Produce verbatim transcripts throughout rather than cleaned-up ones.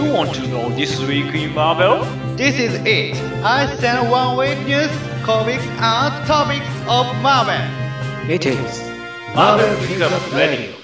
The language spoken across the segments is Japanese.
You want to know this week in Marvel? This is it. I send one week news, comics, and topics of Marvel. It is Marvel Pickup Radio.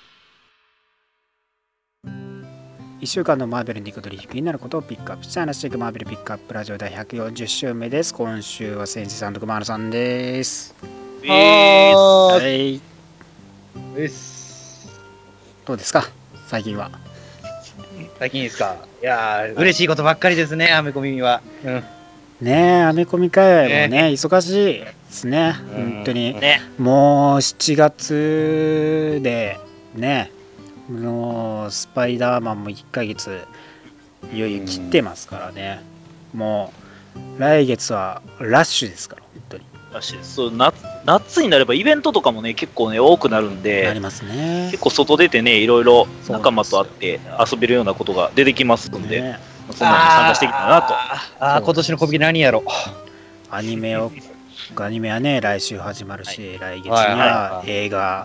いっしゅうかんのマーベルに行くとり気になることをピックアップして話していくマーベルピックアップラジオ第ひゃくよんじゅっ週目です。今週は先生さんと熊野さんです。 ははい。 ーす。 どうですか最近は。 最近ですか。いやー、嬉しいことばっかりですね、アメコミは。うん、 ねえ、アメコミ界隈もね、ね忙しいですね。本当に。ね、もうしちがつでね、もうスパイダーマンもいっかげついよいよ切ってますからね。もう来月はラッシュですから、本当に。 らしいです。そう、夏、夏になればイベントとかもね結構ね多くなるんで、 なりますね。 結構外出てねいろいろ仲間と会って遊べるようなことが出てきますんで、ね、そんなに参加していきたいなと。 ああ、今年のコミケ何やろ。 アニメをアニメはね来週始まるし、はい、来月には映画、はい、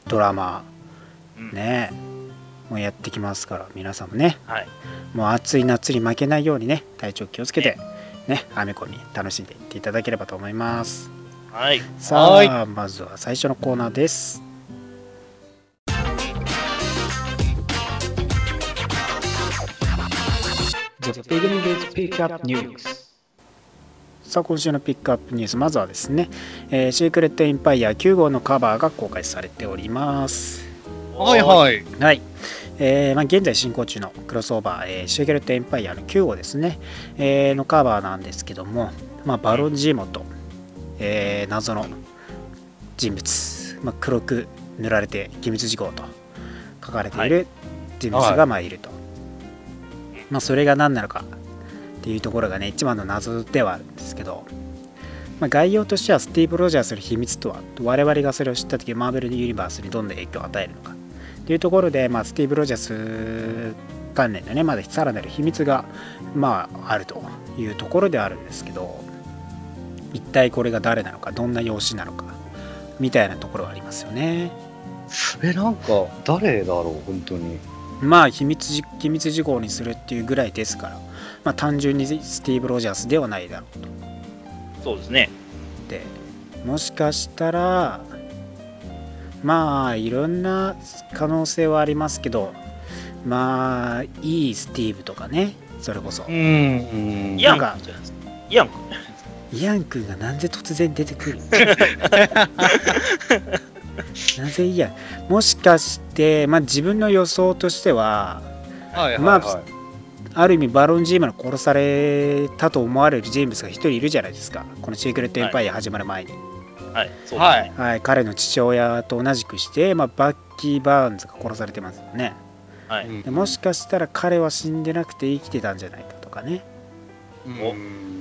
ドラマ、うん、ねもうやってきますから、皆さんもね、はい、もう暑い夏に負けないようにね体調気をつけてね、ねアメコミ楽しんでいっていただければと思います。 はい、 さあ、はい、まずは最初のコーナーです。The Beginning is Pick Up News。 さあ今週のピックアップニュース、まずはですね、えー、シークレットエンパイアきゅう号のカバーが公開されております。 はいはい、 はい、えーまあ、現在進行中のクロスオーバー、えー、シークレットエンパイアのきゅう号ですね、えー、のカバーなんですけども、まあ、バロンジーモと、えー、謎の人物、まあ、黒く塗られて機密事項と書かれている人物がまあいると、はい、まあ、それが何なのかっていうところがね一番の謎ではあるんですけど、まあ、概要としてはスティーブ・ロジャースの秘密とは、我々がそれを知った時マーベル・ユニバースにどんな影響を与えるのかというところで、まあ、スティーブ・ロジャース関連のねまださらなる秘密が、まあ、あるというところではあるんですけど、一体これが誰なのか、どんな容姿なのかみたいなところはありますよね。 え、なんか誰だろう本当に。 まあ秘密じ機密事項にするっていうぐらいですから、まあ、単純にスティーブ・ロジャースではないだろうと。 そうですね。 でもしかしたらまあいろんな可能性はありますけど、まあいいスティーブとかね、それこそ。 うん。 イアンかイアンイアン君がなんで突然出てくるなぜイアン、もしかして、まあ、自分の予想としては、はいはいはい、まあある意味バロンジーマの殺されたと思われる人物が一人いるじゃないですか、このシークレットエンパイア始まる前に。 はい、そうですね。 はいはい、彼の父親と同じくして、まあ、バッキー・バーンズが殺されてますよね。はい、でもしかしたら彼は死んでなくて生きてたんじゃないかとかね、うん、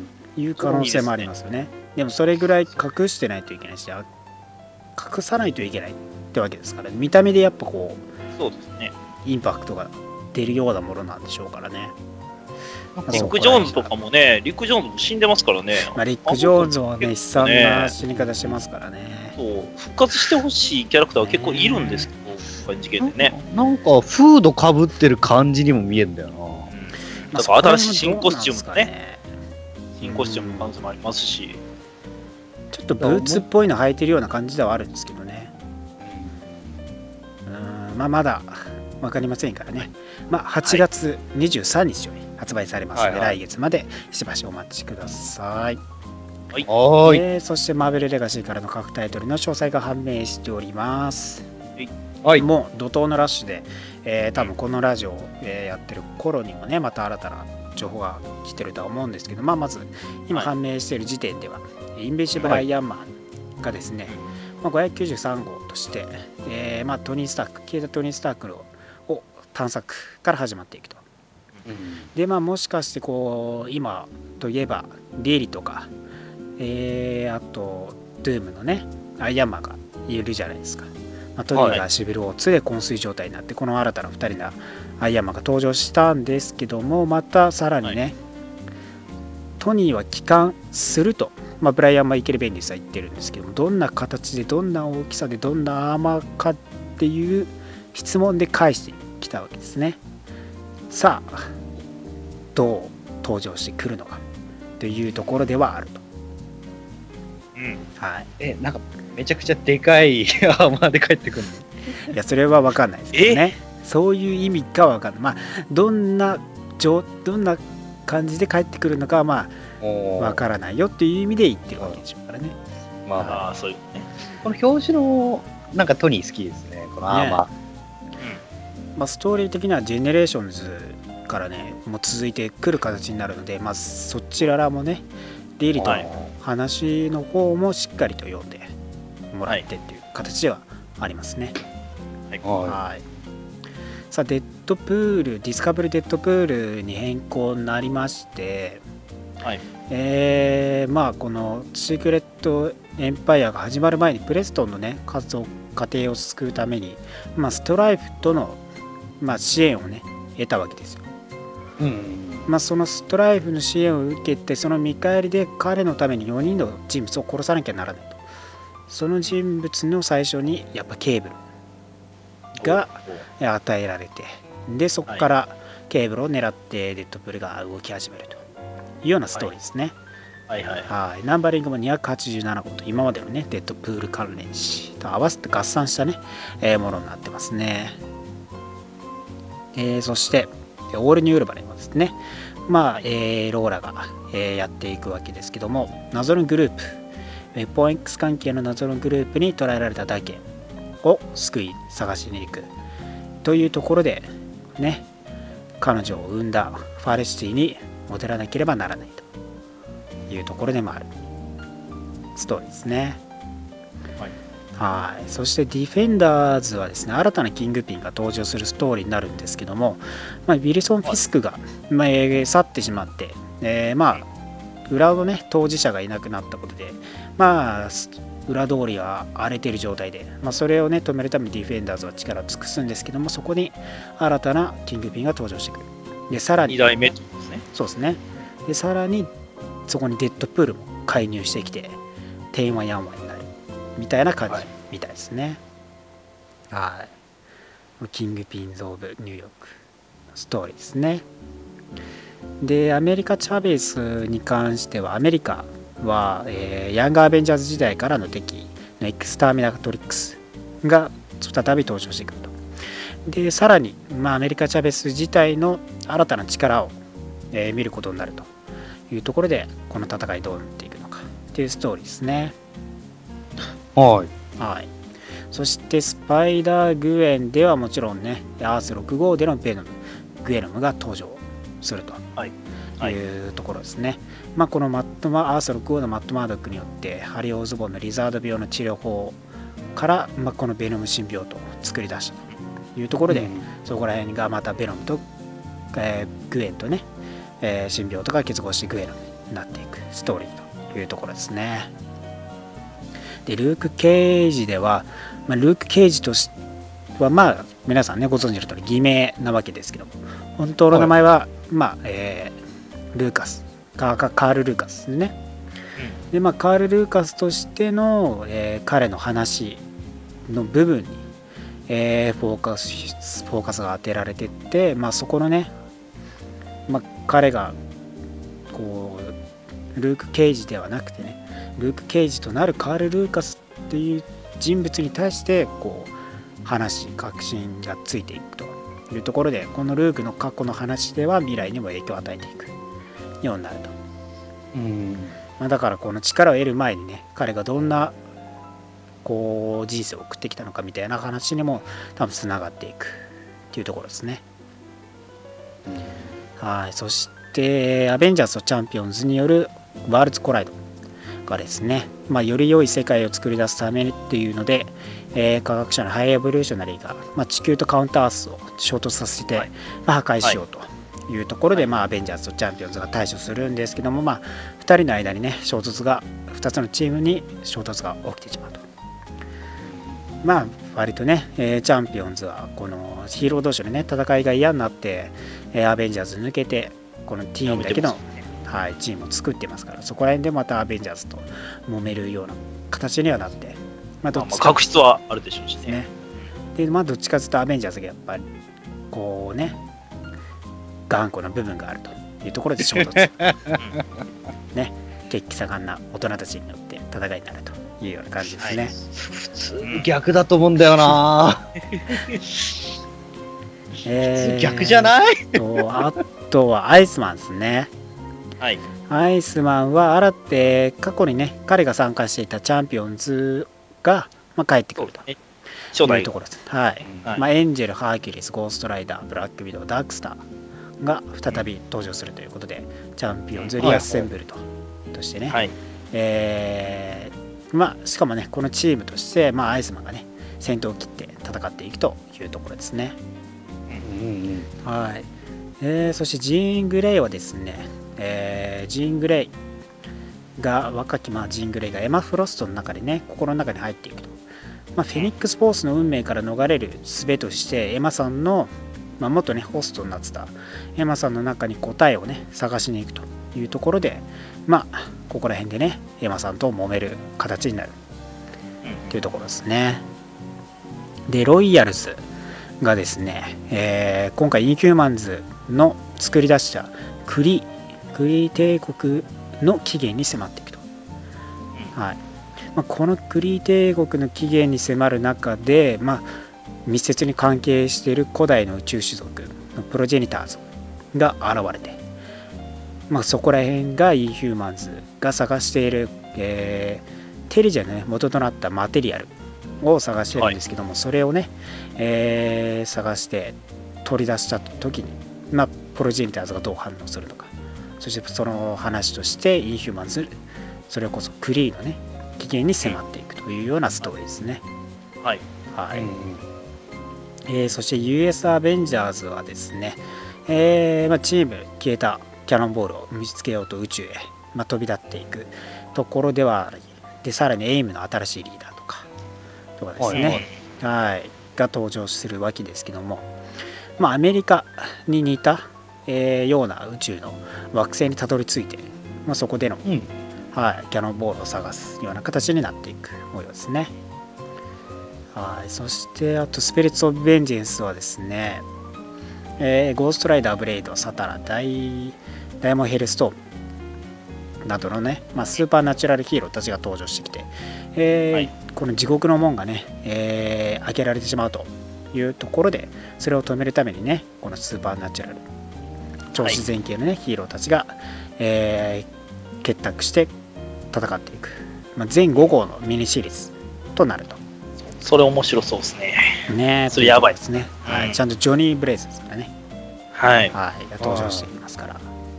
いう可能性もありますよね。いいですね。でもそれぐらい隠してないといけないし、隠さないといけないってわけですから、見た目でやっぱこう、 そうですね、 インパクトが出るようなものなんでしょうからね。 リック・ジョーンズとかもね、リック・ジョーンズも死んでますからね。 まあ、リック・ジョーンズもね、悲惨な死に方してますからね。 そう復活してほしいキャラクターは結構いるんですけど、ね、事件でね。 なんかフードかぶってる感じにも見えるんだよな。うん、 だから新しい新コスチュームもね、新コスチュームの可能性もありますし、 ちょっとブーツっぽいの履いてるような感じではあるんですけどね。うん、まあまだ分かりませんからね。まあはちがつにじゅうさんにちより発売されますので、はいはい、来月までしばしお待ちください。はい、えー、そしてマーベルレガシーからの各タイトルの詳細が判明しております。はい、もう怒涛のラッシュで、えー、多分このラジオを、えー、やってる頃にもねまた新たな情報が来てるとは思うんですけど、まあ、まず今判明している時点では、はい、インビジブル・アイアンマンがですね、まあ、ごひゃくきゅうじゅうさん号として、えーまあ、トニー・スターク消えたトニー・スタークを探索から始まっていくと。うん、でまあもしかしてこう今といえばリエリとか、えー、あとドゥームのねアイアンマンがいるじゃないですか。まあ、トニーがシビルオーツで昏睡状態になって、はい、この新たなふたりのアイアンマンが登場したんですけども、またさらにね、はい、トニーは帰還すると、まあ、ブライアン・マイケル・ベンディスは言ってるんですけども、どんな形でどんな大きさでどんなアーマーかっていう質問で返してきたわけですね。さあどう登場してくるのかというところではあると。 うん。 はい。 え、なんかめちゃくちゃでかいアーマーで帰ってくるの？ いや、それは分かんないですけどね。そういう意味かは分かんない。まあ、どんな、どんな感じで帰ってくるのかは、まあ、分からないよっていう意味で言ってるわけでしょうからね。 まあ、 ああ、そういうね。 この表紙の、なんかトニー好きですね、このアーマー。ね、 まあ、ストーリー的にはジェネレーションズからね、もう続いてくる形になるので、まあ、そちららもね、リリとの話の方もしっかりと読んでもらってっていう形ではありますね。 はい。 はい。さあ、デッドプール、ディスカブルデッドプールに変更になりまして、 はい。 えー、まあこのシークレットエンパイアが始まる前にプレストンのね家族家庭を救うために、まあ、ストライフとの、まあ、支援をね得たわけですよ。 うん。 まあ、そのストライフの支援を受けて、その見返りで彼のためによにんの人物を殺さなきゃならないと。その人物の最初にやっぱケーブルが与えられて、でそこからケーブルを狙ってデッドプールが動き始めるというようなストーリーですね。 はいはい。 はい。ナンバリングもにひゃくはちじゅうななこと、今までのねデッドプール関連誌と合わせて合算したね、えー、ものになってますね。えー、そしてオールニューウルヴァリンはですね、まあ、えー、ローラが、えー、やっていくわけですけども、謎のグループ、ウェポン X 関係の謎のグループに捕らえられただけを救い探しに行くというところでね、彼女を生んだファレシティに戻らなければならないというところでもあるストーリーですね。 はい。 はい。そしてディフェンダーズはですね、新たなキングピンが登場するストーリーになるんですけども、まあ、ウィルソン・フィスクが、まあ、去ってしまって、えー、まあ裏のね当事者がいなくなったことで、まあ裏通りは荒れている状態で、まあ、それをね止めるためにディフェンダーズは力を尽くすんですけども、そこに新たなキングピンが登場してくる。でさらににだいめですね。 そうですね。でさらにそこにデッドプールも介入してきて、てんわやんわになるみたいな感じみたいですね。はい。キングピンズ・オブ・ニューヨークストーリーですね。でアメリカ・チャベスに関しては、アメリカは、えー、ヤング・アベンジャーズ時代からの敵のエクスターミナトリックスが再び登場してくると。でさらに、まあ、アメリカ・チャベス自体の新たな力を、えー、見ることになるというところで、この戦いどうなっていくのかっていうストーリーですね。 はい。 はい。そしてスパイダー・グエンではもちろんね、アースろく号でのベノム、グエノムが登場するというところですね。はいはい、まあ、このマットマアースろく号のマット・マードックによってハリー・オズボーンのリザード病の治療法から、まあ、このベノム新病棟を作り出したというところで、うん、そこら辺がまたベノムと、えー、グエンとね、えー、新病棟が結合してグエノムになっていくストーリーというところですね。でルーク・ケイジでは、まあ、ルーク・ケイジとしては、まあ皆さんねご存知の通り偽名なわけですけども、本当の名前は、はい、まあえー、ルーカスカール・ルーカスですね。でまあカール・ルーカスとしての、えー、彼の話の部分に、えー、フォーカスフォーカスが当てられていって、まあ、そこのね、まあ、彼がこうルーク・ケイジではなくてね、ルーク・ケイジとなるカール・ルーカスっていう人物に対してこう話確信がついていくというところで、このルークの過去の話では未来にも影響を与えていくようになると。うん、まあ、だからこの力を得る前にね、彼がどんなこう人生を送ってきたのかみたいな話にも多分つながっていくっていうところですね。うん、はい。そしてアベンジャーズとチャンピオンズによるワールズコライドがですね、まあ、より良い世界を作り出すためにっていうので、えー、科学者のハイエボリューショナリーが、まあ、地球とカウンターアースを衝突させて、はい、まあ、破壊しようというところで、はい、まあ、アベンジャーズとチャンピオンズが対処するんですけども、まあ、ふたりの間にね衝突がふたつのチームに衝突が起きてしまうと。まあ割とね、えー、チャンピオンズはこのヒーロー同士のね戦いが嫌になって、えー、アベンジャーズ抜けてこのティーンだけの、はい、チームを作ってますから、そこら辺でまたアベンジャーズと揉めるような形にはなって、 まあ、どっちか、まあ、確執はあるでしょうしね。 で、まあ、どっちかというとアベンジャーズがやっぱりこうね頑固な部分があるというところで衝突ね、血気盛んな大人たちによって戦いになるというような感じですね、はい、 普通逆だと思うんだよなえー、逆じゃないとあとはアイスマンですね。 はい、 アイスマンは新手過去にね彼が参加していたチャンピオンズが、まあ、帰ってくるというところです。はい、はい、まあ、エンジェル、ハーキュリス、ゴーストライダー、ブラックビドウ、ダークスターが再び登場するということで、チャンピオンズリアッセンブルと、はい、としてね、はい、えー、まあ、しかもねこのチームとして、まあ、アイスマンがね先頭を切って戦っていくというところですね。うんうん、はい、えー、そしてジーン・グレイはですね、えー、ジーン・グレイが若き、まあ、ジーン・グレイがエマ・フロストの中でね心の中に入っていくと、まあ、フェニックス・フォースの運命から逃れる術としてエマさんの、まあ、元ねホストになってたエマさんの中に答えをね探しに行くというところで、まあここら辺でねエマさんと揉める形になるというところですね。でロイヤルズがですね、えー、今回インヒューマンズの作り出したクリクリ帝国の起源に迫っていくと、はい、まあ、このクリ帝国の起源に迫る中で、まあ、密接に関係している古代の宇宙種族のプロジェニターズが現れて、まあ、そこら辺がインヒューマンズが探している、えー、テリジャの、ね、元となったマテリアルを探してるんですけども、はい、それをね、えー、探して取り出した時に、まあ、プロジェニターズがどう反応するのか、そしてその話としてインヒューマンズ、それこそクリーのね起源に迫っていくというようなストーリーですね。はい、はい、うん、えー、そして ユーエス アベンジャーズはですね、えーまあ、チーム消えたキャノンボールを見つけようと宇宙へ、まあ、飛び立っていくところではあり、でさらにエイムの新しいリーダーとかとかですね、はいはい、が登場するわけですけども、まあ、アメリカに似た、えー、ような宇宙の惑星にたどり着いて、まあ、そこでの、うん、はい、キャノンボールを探すような形になっていく模様ですね。はい、そしてあとスピリッツ・オブ・ベンジェンスはですね、えー、ゴーストライダー、ブレイド、サタラ、ダイダイモンヘルストームなどのね、まあ、スーパーナチュラルヒーローたちが登場してきて、えーはい、この地獄の門がね、えー、開けられてしまうというところで、それを止めるためにねこのスーパーナチュラル超自然系のね、はい、ヒーローたちが、えー、結託して戦っていく、まあ、全ご号のミニシリーズとなると。 それ面白そうですね。 ね、 それやばいですね、はい、うん、ちゃんとジョニー・ブレイズですからね、 はい、 はい、が登場していますから。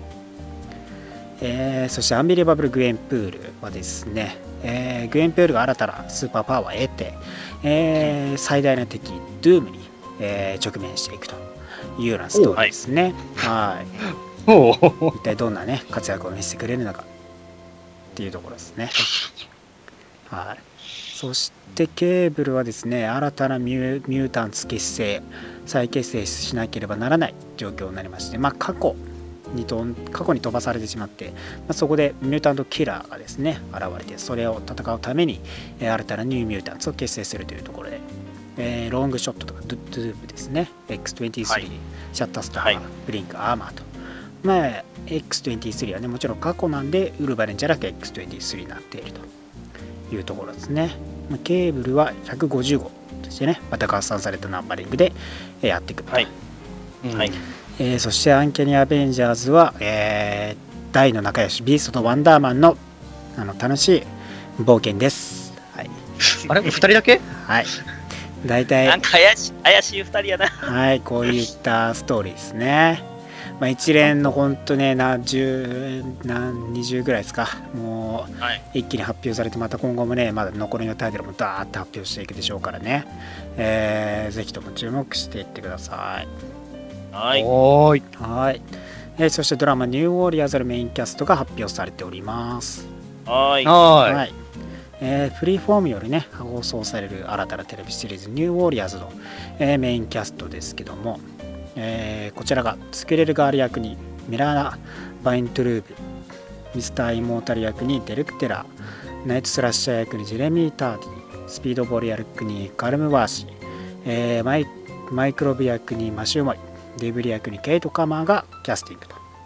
えー、そしてアンビリバブル・グエンプールはですね、えー、グエンプールが新たなスーパーパワーを得て、えー、最大の敵ドゥームに、えー、直面していくというようなストーリーですね。はい、はい、一体どんなね活躍を見せてくれるのかっていうところですね。はい、そしてケーブルはですね、新たなミュー、ミュータンツ結成再結成しなければならない状況になりまして、まあ、過去にと過去に飛ばされてしまって、まあ、そこでミュータントキラーがですね現れて、それを戦うために、えー、新たなニューミュータンツを結成するというところで、えー、ロングショットとかドゥドゥーブですね、 エックスにじゅうさん、はい、シャッタースター、はい、ブリンク、アーマーと、まあ、エックスにじゅうさん はねもちろん過去なんでウルヴァレンじゃなく エックスにじゅうさん になっているというところですね。まあ、ケーブルはひゃくごじゅう号としてねまた合算されたナンバリングで、えー、やってくると、はい、うん、はい、えー、そしてアンケニー・アベンジャーズは、えー、大の仲良しビーストとワンダーマンの、あの楽しい冒険です、はい、 あれふたりだけはい、大体なんか怪しい怪しいふたりやな。 はい、こういったストーリーですね。まあ、一連のほんとね何十何にじゅうぐらいですか、もう、はい、一気に発表されて、また今後もねまだ残りのタイトルもダーッと発表していくでしょうからね、えー、ぜひとも注目していってください。 はい、 はいはい、えー、そしてドラマニューウォーリアーズのメインキャストが発表されております。 はいはい、はい、えー、フリーフォームよりね放送される新たなテレビシリーズニューウォーリアーズの、えー、メインキャストですけども、えー、こちらがスクレルガール役にミラーナ・バイントルーブ、ミスター・イモータル役にデルク・テラー、ナイト・スラッシャー役にジェレミー・ターディ、スピードボリア役にカルム・ワーシー、えー、マイ、マイクロブ役にマシューモイ、デブリ役にケイト・カマーがキャスティングと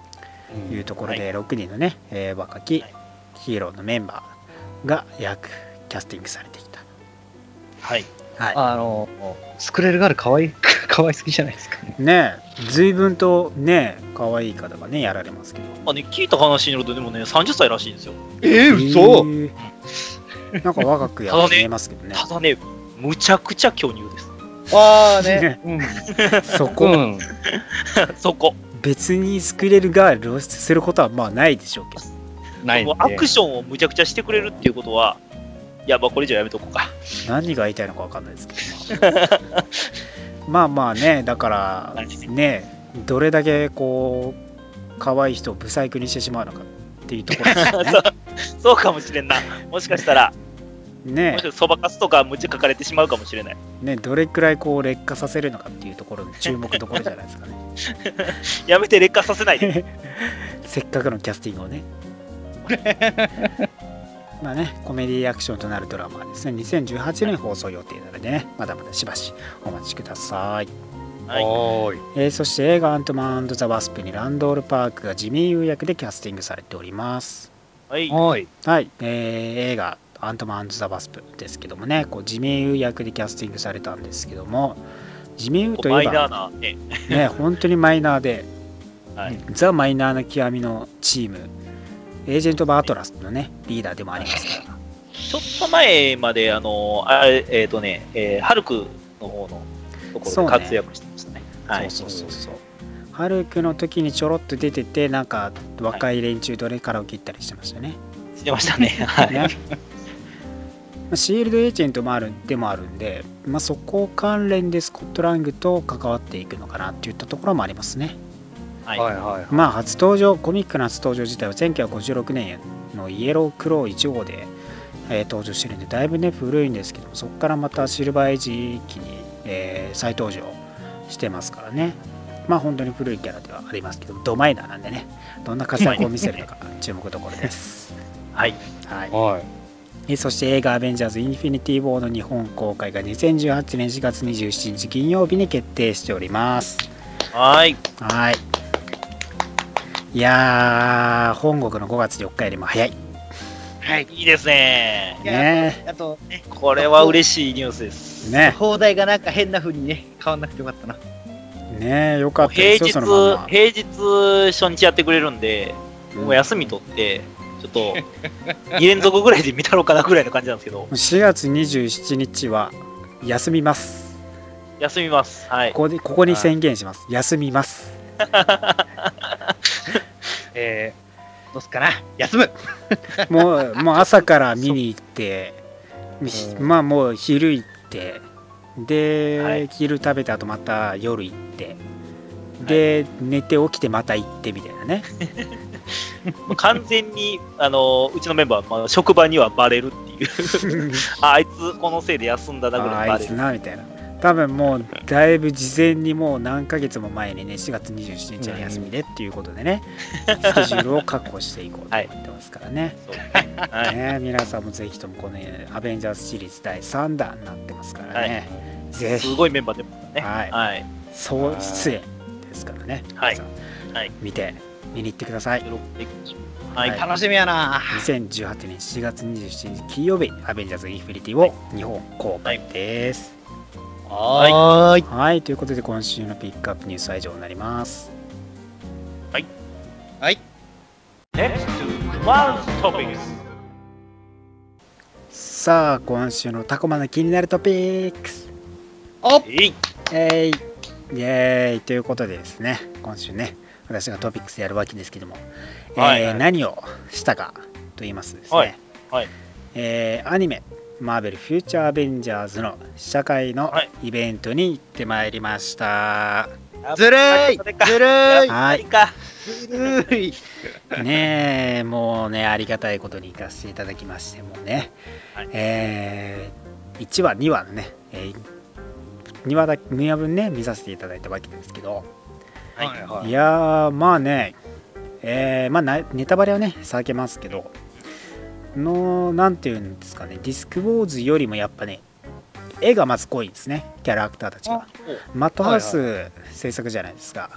いうところでろくにんのね、えー、若きヒーローのメンバーが約キャスティングされてきた。 はい。 はい、あのスクレルガールかわいいかわいすぎじゃないですかね。 ねえ、随分とね可愛い方がねやられますけど。 あね、聞いた話によるとでもねさんじゅっさいらしいんですよ。 えー、嘘、えー、なんか若くやって見えますけどね。 ただね、むちゃくちゃ巨乳です。 ああね、うん、 そこ、うん、 そこ。 別にスクレルガール露出することはまあないでしょうけど。 ないんで。アクションをむちゃくちゃしてくれるっていうことは、いやまあこれ以上やめとこうか。 何が言いたいのか分かんないですけど、まあ、まあまあね、だからね、どれだけこう可愛い人をブサイクにしてしまうのかっていうところですよね。 そうそうかもしれんな。もしかしたらね、 そばかすとかむっちゃ書かれてしまうかもしれない。 ね、どれくらいこう劣化させるのかっていうところの注目どころじゃないですかね。 やめて劣化させないで。 せっかくのキャスティングをね。まあね、コメディアクションとなるドラマはですね、にせんじゅうはちねん放送予定なのでね、まだまだしばしお待ちください。 はい、 えー、そして映画アントマン&ザ・ワスプにランドール・パークがジミー・ユー役でキャスティングされております。 はい、 はい、えー、映画アントマン&ザ・ワスプですけどもね、こうジミー・ユー役でキャスティングされたんですけども、ジミー・ユーといえばマイナーな、ね、 ね、本当にマイナーで、 はい、 ザ・マイナーな極みのチーム、エージェント・オブ・アトラスのねリーダーでもありますから。 ちょっと前まであのあれえっ、ー、とね、えー、ハルクの方のところで活躍してましたね。はい、 そうそうそうそう。ハルクの時にちょろっと出てて、なんか若い連中どれからを切ったりしてましたね。 してましたね。はい。ね、 シールドエージェントもあるでもあるんで、まあ、そこ関連でスコットラングと関わっていくのかなっていったところもありますね。 はいはいはい、 まあ初登場、コミックの初登場自体はせんきゅうひゃくごじゅうろくねんのイエロークローいち号で、えー、登場してるんで、だいぶね古いんですけど、そこからまたシルバーエイジ期に、えー、再登場してますからね。まあ本当に古いキャラではありますけど、ドマイナーなんでね、どんな活躍を見せるのか注目どころです。 はい、 はいはい、そして映画「アベンジャーズ・インフィニティ・ウォー」の日本公開がにせんじゅうはちねんしがつにじゅうしちにち金曜日に決定しております。 はいはい。いやー、本国のごがつよっかよりも早い。 はい、いいですね。 ね、 あとね、 これは嬉しいニュースです。 ね、 放題がなんか変な風にね変わんなくてよかったな。 ねえ、よかったですよ。 平日、 そのまま平日初日やってくれるんで、もう休み取って、ちょっとに連続ぐらいで見たろうかなぐらいの感じなんですけど。 しがつにじゅうしちにちは休みます。 休みます。はい。 ここでここに宣言します。休みます。 えー、どうすかな、休む。 もうもう朝から見に行って、まあもう昼行って。で、はい、昼食べた後また夜行ってで、はい、寝て起きてまた行ってみたいなね。 完全にあのうちのメンバーは、まあ、職場にはバレるっていうあ, あいつこのせいで休んだなぐらいバレる、 あ, あいつなみたいな。多分もうだいぶ事前にもう何ヶ月も前にねしがつにじゅうしちにちの休みでっていうことでね、うん、スケジュールを確保していこうと思ってますからね。はい、ね、皆さんもぜひともこの、ね、アベンジャーズシリーズだいさんだんになってますからね、はい、ぜひすごいメンバー出ますね。 はい、はい、総出演ですからね、 はいはい、 見て見に行ってください。 はい、楽しみやな。 にせんじゅうはちねんしがつにじゅうしちにち金曜日アベンジャーズインフィニティを日本公開です。 はい、 はい、ということで今週のピックアップニュースは以上になります。 はいはい。 Next to Tomorrow's Topics。 さあ今週のタコマの気になるトピックス。 おっ、 えいえいイエーイということでですね、今週ね私がトピックスやるわけですけども、 はいはい、 えー、何をしたかと言いますとですね、 はいはい、 えー、アニメマーベルフューチャーアベンジャーズの試写会のイベントに行ってまいりました。 はい、 ずるいずるいはいずるいねえ、もうねありがたいことに行かせていただきまして、もうね、はい、えー、いちわにわのね、えー、にわだにわぶんね見させていただいたわけですけど、 はいはい、 いやーまあね、えー、まあネタバレはね避けますけどのなんていうんですかね、ディスクウォーズよりもやっぱね絵がまず濃いですね、キャラクターたちが。マットハウス制作じゃないですか。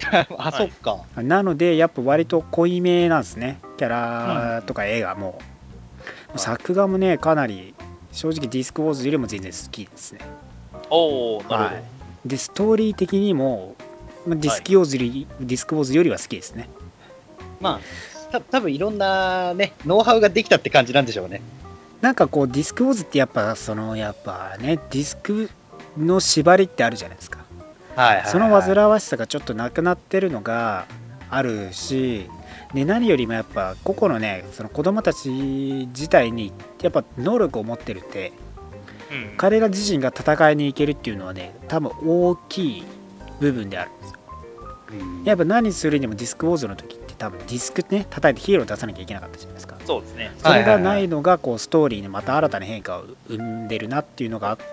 あ、そっか。 なのでやっぱ割と濃いめなんですね、キャラとか絵がもう、うん、作画もねかなり正直ディスクウォーズよりも全然好きですね。 おお、なるほど、はい、 でストーリー的にもディスクウォーズより、はい、ディスクウォーズよりは好きですね。 まあた多分いろんなねノウハウができたって感じなんでしょうね。 なんかこうディスクウォーズってやっぱそのやっぱねディスクの縛りってあるじゃないですか。 はいはいはい、 その煩わしさがちょっとなくなってるのがあるし、で何よりもやっぱ個々のねその子供たち自体にやっぱ能力を持ってるって、うん、彼ら自身が戦いに行けるっていうのはね多分大きい部分であるんですよ、うん、やっぱ何するにもディスクウォーズの時って多分ディスクね叩いてヒーロー出さなきゃいけなかったじゃないですか。 そうですね。 それがないのがこうストーリーにまた新たな変化を生んでるなっていうのがあって、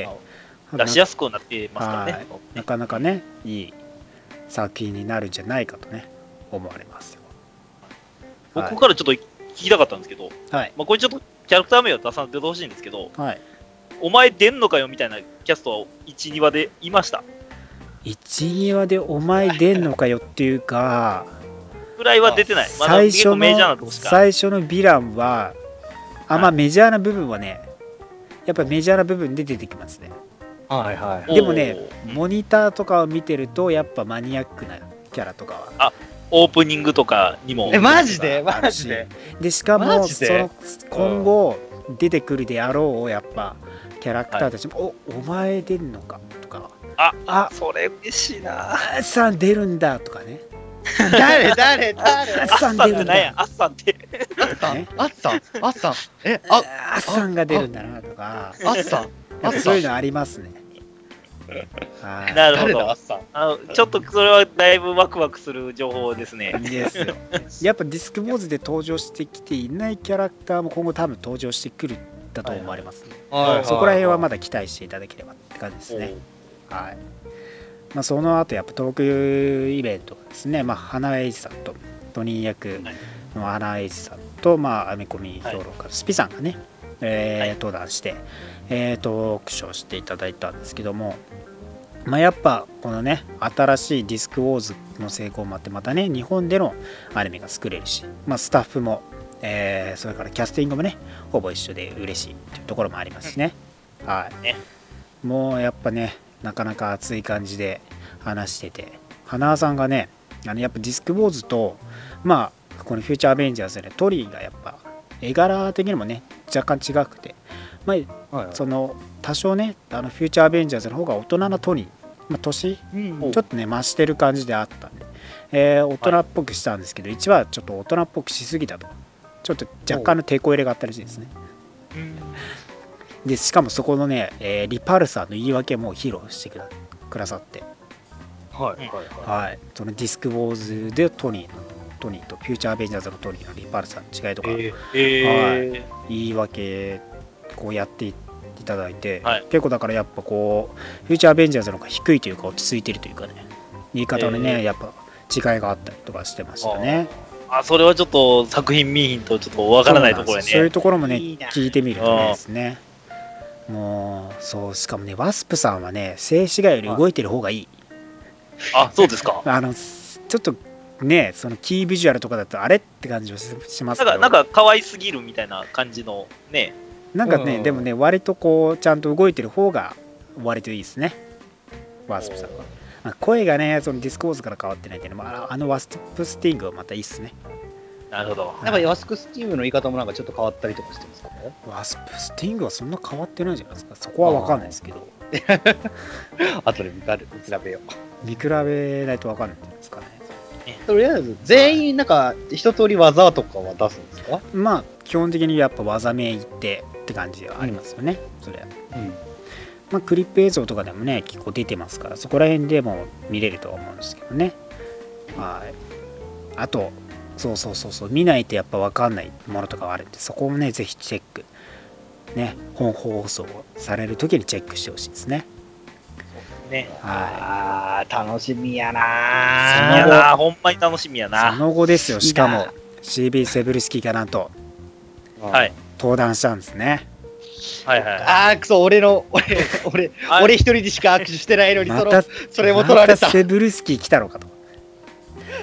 出しやすくなってますからね。 なかなかねいい作品になるんじゃないかとね思われますよ。 僕からちょっと聞きたかったんですけど、 はい、 まあこれちょっとキャラクター名は出さんでほしいんですけど、 はい、 お前出んのかよみたいなキャストはいち、にわでいました。 いち、にわでお前出んのかよっていうかぐらいは出てない。まだ最初のメジャーなとこしか。 最初のヴィランはあんまメジャーな部分はね、やっぱメジャーな部分で出てきますね。 はいはい、 でもねモニターとかを見てるとやっぱマニアックなキャラとかはあオープニングとかにもえマジでマジででしかもその今後出てくるであろうやっぱキャラクターたちも、はい、おお前出んのかとかああそれ嬉しいなあっさん出るんだとかね誰誰誰あっさん出るんだあっさんってあっさんあっさんあっさんえああっさんが出るんだなとかあっさんそういうのありますね。 なるほど。あのちょっとそれはだいぶワクワクする情報ですね。 ですよ。やっぱディスクウォーズで登場してきていないキャラクターも今後多分登場してくるだと思われますね。はいはい、そこら辺はまだ期待していただければって感じですね。はい。まあその後やっぱトークイベントですね。まあ花江さんとトニー役の花江さんとまあアメコミ評論家のスピさんがね、えーはい、登壇して。えー、トークショーしていただいたんですけども、まあ、やっぱこのね新しいディスクウォーズの成功もあってまたね日本でのアニメが作れるし、まあ、スタッフも、えー、それからキャスティングもねほぼ一緒で嬉しいっていうところもありますしね、はい、ねもうやっぱねなかなか熱い感じで話してて花輪さんがねあのやっぱディスクウォーズとまあこのフューチャーアベンジャーズでトリーがやっぱ絵柄的にもね若干違くてまあはいはい、その多少ねあのフューチャーアベンジャーズの方が大人なトニー、まあ、年、うん、ちょっとね増してる感じであったんで、えー、大人っぽくしたんですけど、はい、いちわちょっと大人っぽくしすぎたとちょっと若干の抵抗入れがあったらしいですね。でしかもそこのね、えー、リパルサーの言い訳も披露してくだ、くださって、 はいはいはいはい、そのディスクウォーズでトニーのトニーとフューチャーアベンジャーズのトニーのリパルサーの違いとか、えーはい、言い訳こうやっていただいて、はい、結構だからやっぱこうフューチャーアベンジャーズの方が低いというか落ち着いてるというかね言い方のね、えー、やっぱ違いがあったりとかしてましたね。 あそれはちょっと作品見ひんとちょっとわからないところね。 そういうところもねいい聞いてみるとねですねもうそうしかもねワスプさんはね静止画より動いてる方がいい。 あそうですか。 あのちょっとねそのキービジュアルとかだとあれって感じはしますけどなんかなんか可愛すぎるみたいな感じのねなんかね、うん、でもね割とこうちゃんと動いてる方が割といいですねワスプさんは、まあ、声がねそのディスクウォーズから変わってないっていうのもあのワスプスティングはまたいいっすね。 なるほど。 なんかワスプスティングの言い方もなんかちょっと変わったりとかしてますかね。 ワスプスティングはそんな変わってないじゃないですか。そこは分かんないですけど後で見比べよう見比べないと分かんないんじゃないですかね。 とりあえず全員なんか一通り技とかは出すんですか。 まあ基本的にやっぱ技名言ってって感じはありますよね、うん、それは、うんまあ、クリップ映像とかでもね結構出てますからそこら辺でも見れるとは思うんですけどね。はいあとそうそうそうそう見ないとやっぱ分かんないものとかはあるんでそこもねぜひチェックね本放送される時にチェックしてほしいですね。 ね、 はい、あ楽しみやなー。その後ほんまに楽しみやな。 その後ですよ。しかも シービー セブルスキーがなんと、 はい、 登壇したんですね。 はいはい、 ああくそ俺の俺俺俺一人でしか握手してないのにまそのそれも取られた。 またセブルスキー来たのかと。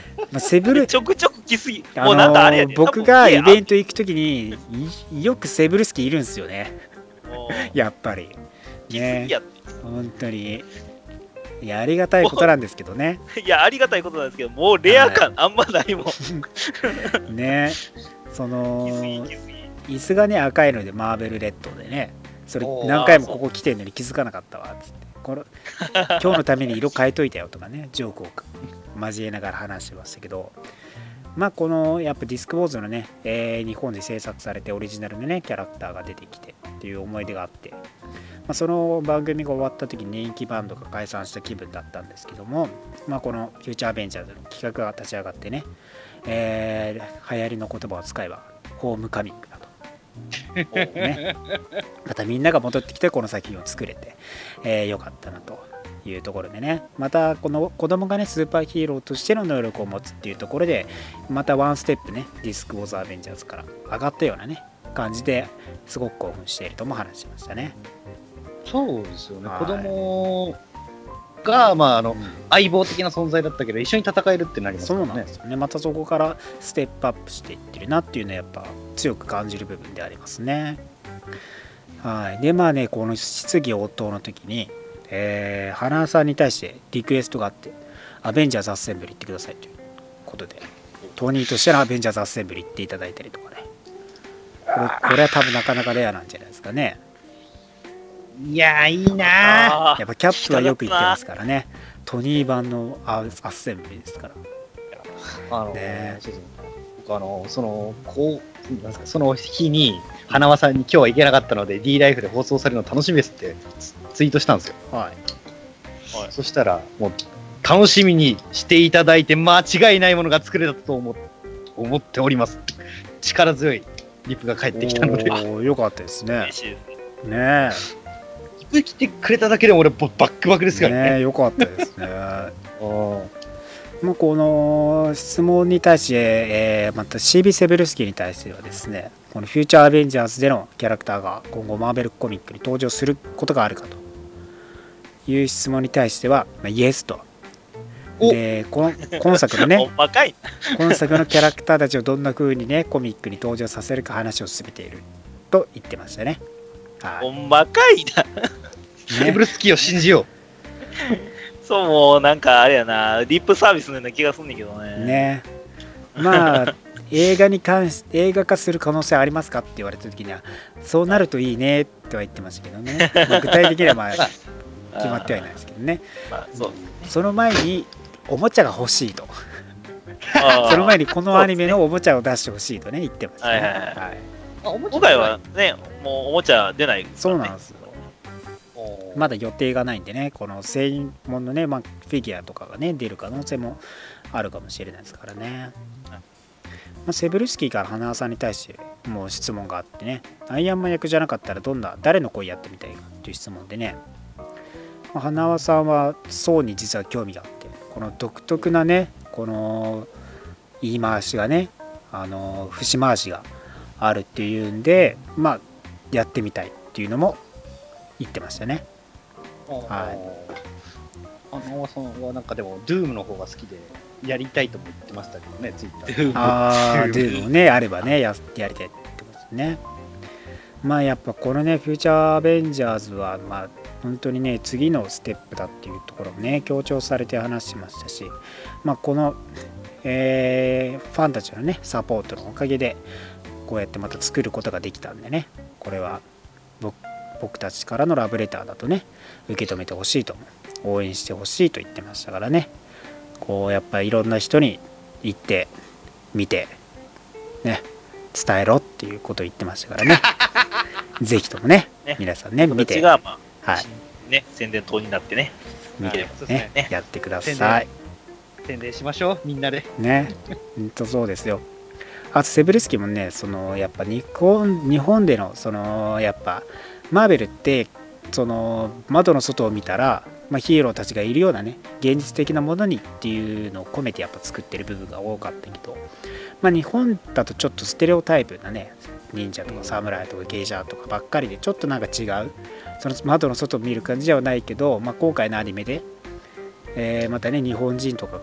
まあ、セブルちょくちょく来すぎ。 あのーもうなんかあれやね。 僕がイベント。 ト行くときにいよくセブルスキーいるんですよね。やっぱり。 来すねぎやって。 本当に。いや、ありがたいことなんですけどね。 いや、ありがたいことなんですけど、もうレア感あんまないもん。 ねその来すぎ、来すぎ。 椅子がね赤いのでマーベルレッドでね、それおー何回もここ来てんのに気づかなかったわっつって、この今日のために色変えといたよとかね、ジョークを交えながら話してましたけど、まあこのやっぱディスクウォーズのね、えー日本で制作されてオリジナルのねキャラクターが出てきてっていう思い出があって、まあ、その番組が終わった時に人気バンドが解散した気分だったんですけども、まあ、このフューチャーアベンジャーズの企画が立ち上がってね、えー流行りの言葉を使えばホームカミングだと。ね、またみんなが戻ってきてこの作品を作れて、えー、よかったなというところでね、またこの子供がねスーパーヒーローとしての能力を持つっていうところでまたワンステップねディスクウォーズアベンジャーズから上がったようなね感じですごく興奮しているとも話しましたね。 そうですよね、 はい子供が、まあ、あのうん相棒的な存在だったけど一緒に戦えるってなりますそうよね。 なんですよね。またそこからステップアップしていってるなっていうのはやっぱ強く感じる部分でありますね。はい。でまあねこの質疑応答の時に、えー、花さんに対してリクエストがあってアベンジャーズアッセンブル行ってくださいということでトニーとしてのアベンジャーズアッセンブル行っていただいたりとかね、これこれは多分なかなかレアなんじゃないですかね。 いやー、いいなあやっぱキャップはよく言ってますからね、トニー版のアアッセンブルですから。 ー。あの、 ねそうそう僕あの、その、こう、なんですか、その日に、花輪さんに今日は行けなかったので、D ライフで放送されるの楽しみですってツツイートしたんですよ。 はい。 はいそしたら、もう、楽しみにしていただいて間違いないものが作れたと思思っております。力強いリプが返ってきたので、 おーよかったですね嬉。しいですね。 ねリプ来てくれただけでも俺、バックバックですえ、 からね。 ねえよかったですね。 うんまあこの質問に対して、えーまた シービー セベルスキーに対してはですね、このフューチャーアベンジャーズでのキャラクターが今後マーベルコミックに登場することがあるかという質問に対しては、まあ、イエスと。 おでこの今作のねほんまかい。 今作のキャラクターたちをどんな風にねコミックに登場させるか話を進めていると言ってましたね。はいほんまかいな。 テーブルスキーを信じよそう、もうなんかあれやな、リップサービスのような気がすんねんけどね。 ねまあ映画に関し映画化する可能性ありますかって言われた時にはそうなるといいねっては言ってましたけどね、まあ具体的にはまあ決まってはいないですけどね。 まあ、そうですね。 その前におもちゃが欲しいとあーその前にこのアニメのおもちゃを出してほしいとね言ってましたね。 はいはいはいはいう。あ、おも今回はね、もうおもちゃ出ないからね。 そうなんですよ。 おまだ予定がないんでね、この専門のね、まあ、フィギュアとかがね出る可能性もあるかもしれないですからね。まあ、セブルスキーから花輪さんに対してもう質問があってね、アイアンマン役じゃなかったらどんな誰の声やってみたいかっていう質問でね、まあ、花輪さんはそうに実は興味があって、この独特なねこの言い回しがね、あの節回しがあるっていうんで、まあやってみたいっていうのも言ってましたね。はいあのさんはなんかでも、ドゥームの方が好きで、やりたいとも言ってましたけどね、ツイッターで。 ああ、でもね、あればね、ややりたいってことですね。まあやっぱこのね、フューチャーアベンジャーズは、まあ本当にね、次のステップだっていうところもね、強調されて話しましたし、まあこの、えーファンたちのね、サポートのおかげで、こうやってまた作ることができたんでね、これは僕僕たちからのラブレターだとね、受け止めてほしいと、応援してほしいと言ってましたからね、こうやっぱりいろんな人に行って見てね伝えろっていうことを言ってましたからねぜひともねね皆さんね見て、 こっちが、まあ、 はいね、宣伝塔になってね、見てればそうですねね。 やってください宣伝しましょう、みんなで。 ね。ほんとそうですよ。あとセブルスキーもね、そのやっぱ日本日本でのそのやっぱマーベルってその窓の外を見たら、まあ、ヒーローたちがいるようなね現実的なものにっていうのを込めてやっぱ作ってる部分が多かったけど、まあ、日本だとちょっとステレオタイプなね忍者とか侍とか芸者とかばっかりでちょっとなんか違うその窓の外を見る感じではないけど、まあ、今回のアニメで、えーまたね日本人とかが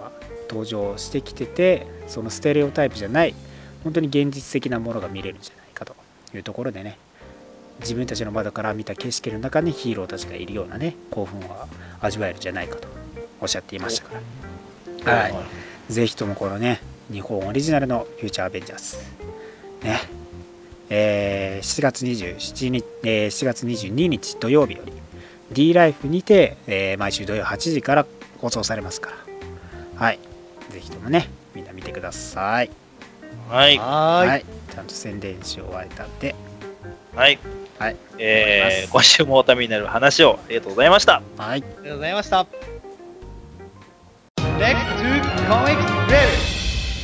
登場してきてて、そのステレオタイプじゃない本当に現実的なものが見れるんじゃないかというところでね、自分たちの窓から見た景色の中にヒーローたちがいるようなね興奮は味わえるんじゃないかとおっしゃっていましたから、はい、ぜひともこのね日本オリジナルのフューチャーアベンジャーズね、えー、しちがつにじゅうしちにち、えー、しちがつにじゅうににち土曜日より D ライフにて、えー、毎週土曜はちじから放送されますから、はい、ぜひともねみんな見てください。 はい。 はーい。 はい、ちゃんと宣伝し終われたんで、 はい。 はい、 えー、今週もおためになる話をありがとうございました。 はい、 ありがとうございました。Next to Comics Review。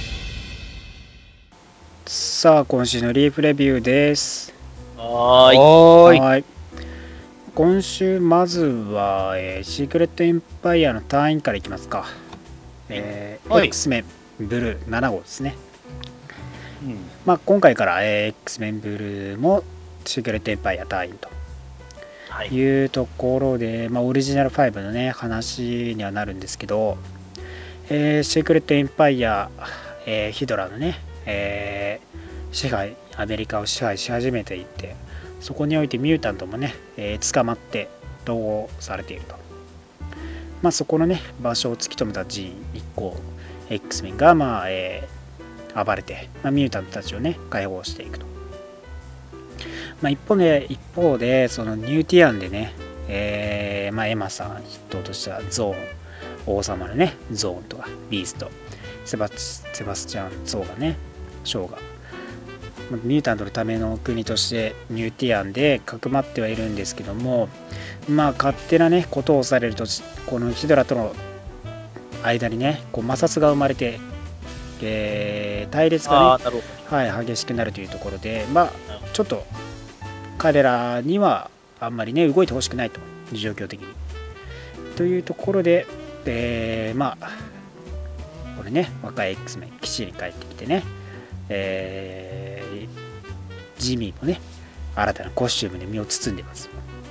さあ今週のリーフレビューです。 はーい。 はーい。 はい、今週まずは、えー、シークレットエンパイアの隊員からいきますか。えーはい X メンブルーなな号ですね。 うんまあ、今回から、えー、X メンブルーもシークレットエンパイア隊員とはい。 いうところで、まあ、オリジナルファイブのね話にはなるんですけど、えーシークレットエンパイア、えーヒドラのね、えー支配アメリカを支配し始めていて、そこにおいてミュータントもね、えー捕まって統合されていると、まあ、そこのね場所を突き止めた人員一行 X メンが、まあえー暴れて、まあ、ミュータントたちをね解放していくと、まあ、一方で一方でそのニューティアンでね、えーまあ、エマさん筆頭としたゾーン王様のねゾーンとかビーストセバスセバスチャンゾーがねショーがミュータントのための国としてニューティアンでかくまってはいるんですけども、まあ勝手なねことをされるとこのヒドラとの間にねこう摩擦が生まれて、えー対立がね、 あー、なるほはい、激しくなるというところで、まあちょっと彼らにはあんまりね動いてほしくないと状況的にというところで、えーまあこれね若い X メン騎士に帰ってきてね、えージミーもね新たなコスチュームで身を包んでます。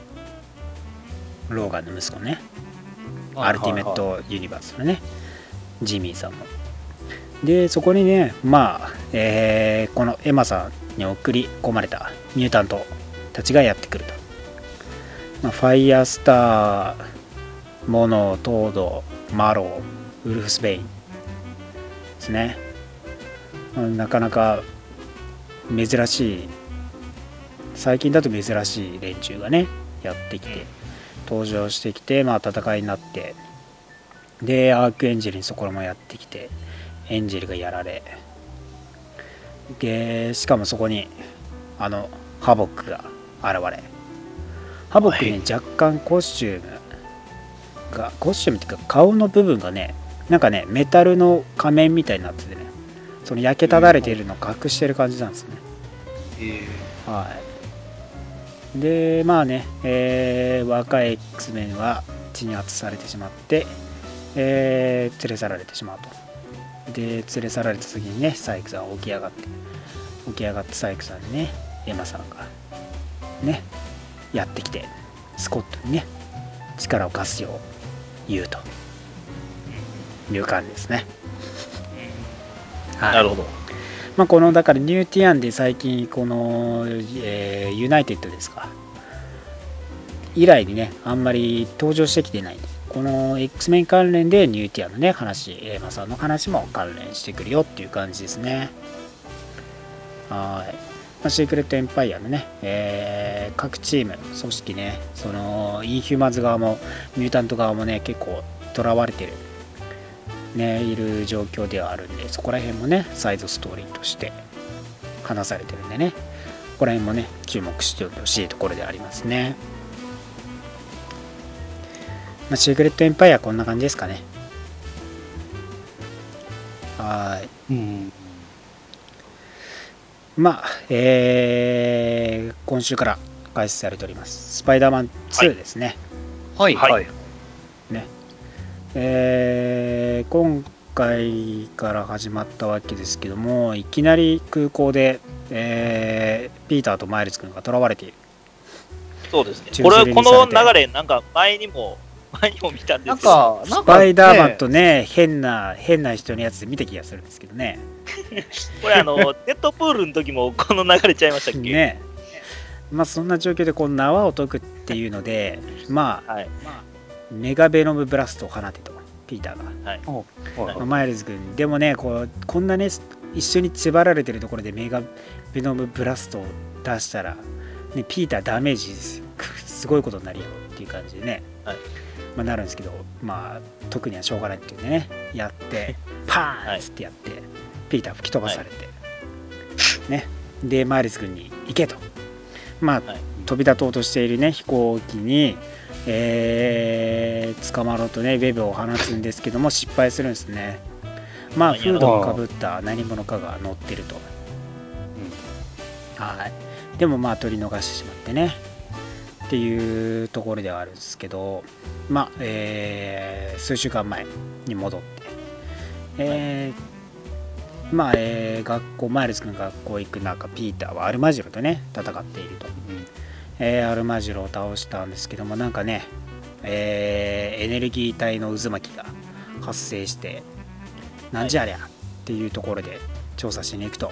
ローガンの息子ね、アルティメットユニバースのねジミーさんもで、そこにねまあ、えーこのエマさんに送り込まれたミュータントたちがやってくると、まあ、ファイヤースター、モノ、トード、マロー、ウルフスベインですね。まあなかなか珍しい、最近だと珍しい連中がねやってきて登場してきて、まあ戦いになって、でアークエンジェルにそこもやってきてエンジェルがやられ、でしかもそこにあのハボックが現れ、ハボックね、若干コスチュームがコスチュームっていうか顔の部分がねなんかねメタルの仮面みたいになっててね、その焼けただれているのを隠してる感じなんですね。はい。でまあね、えー若い X メンは鎮圧されてしまって、えー連れ去られてしまうと。で連れ去られた時にねサイクさんは起き上がって起き上がってサイクさんにねエマさんがねやってきてスコットにね力を貸すよう言うという感じですね。はい、 なるほど。 まあこのだからニューティアンで最近この、えーユナイテッドですか以来にねあんまり登場してきてないんで、この X メン関連でニューティアのね話、エーマさんの話も関連してくるよっていう感じですね。はい、まあ、シークレットエンパイアのね、えー各チーム組織ね、そのインヒューマンズ側もミュータント側もね結構囚われてるねいる状況ではあるんで、そこら辺もねサイドストーリーとして話されてるんでね、ここら辺もね注目してほしいところでありますね。まあ、シークレットエンパイアこんな感じですかね。はい。 うん。 まあ、えー、今週から開始されておりますスパイダーマンツーですね。 はい。 はいはい。 ね。えー、今回から始まったわけですけども、いきなり空港で、えー、ピーターとマイルズ君が囚われている。 そうですね。 宙これ吊りにされてこの流れ、なんか前にも前にも見たんですなんけど、 か、なんか、 スパイダーマンとね、変な、変な人のやつで見た気がするんですけどね。 これあの、デッドプールの時もこの流れちゃいましたっけ？ ね。まあそんな状況でこう縄を解くっていうので、まあ、 はい。 メガベノムブラストを放てと、ピーターが。 はい。 はいまあマイルズ君、でもね、こうこんなね、一緒に縛られてるところでメガベノムブラストを出したら、ね、ピーターダメージすごいことになるよっていう感じでね、 はいまあ、なるんですけど、まあ、特にはしょうがないっていうんでね、やって、パーンっつってやって、ピーター吹き飛ばされて、ね、で、マイルズ君に行けと。まあ、 はい飛び立とうとしているね、飛行機に、えー、捕まろうとね、ウェブを放つんですけども、失敗するんですね。まあ、フードをかぶった何者かが乗ってると。はい。でもまあ取り逃してしまってねっていうところではあるんですけど、まあ、えー、数週間前に戻って、えー、まあ、えー、学校マイルズ君が学校行く中、ピーターはアルマジロとね戦っていると、えー、アルマジロを倒したんですけども、なんかね、えー、エネルギー体の渦巻きが発生して、なんじゃありゃっていうところで調査しに行くと。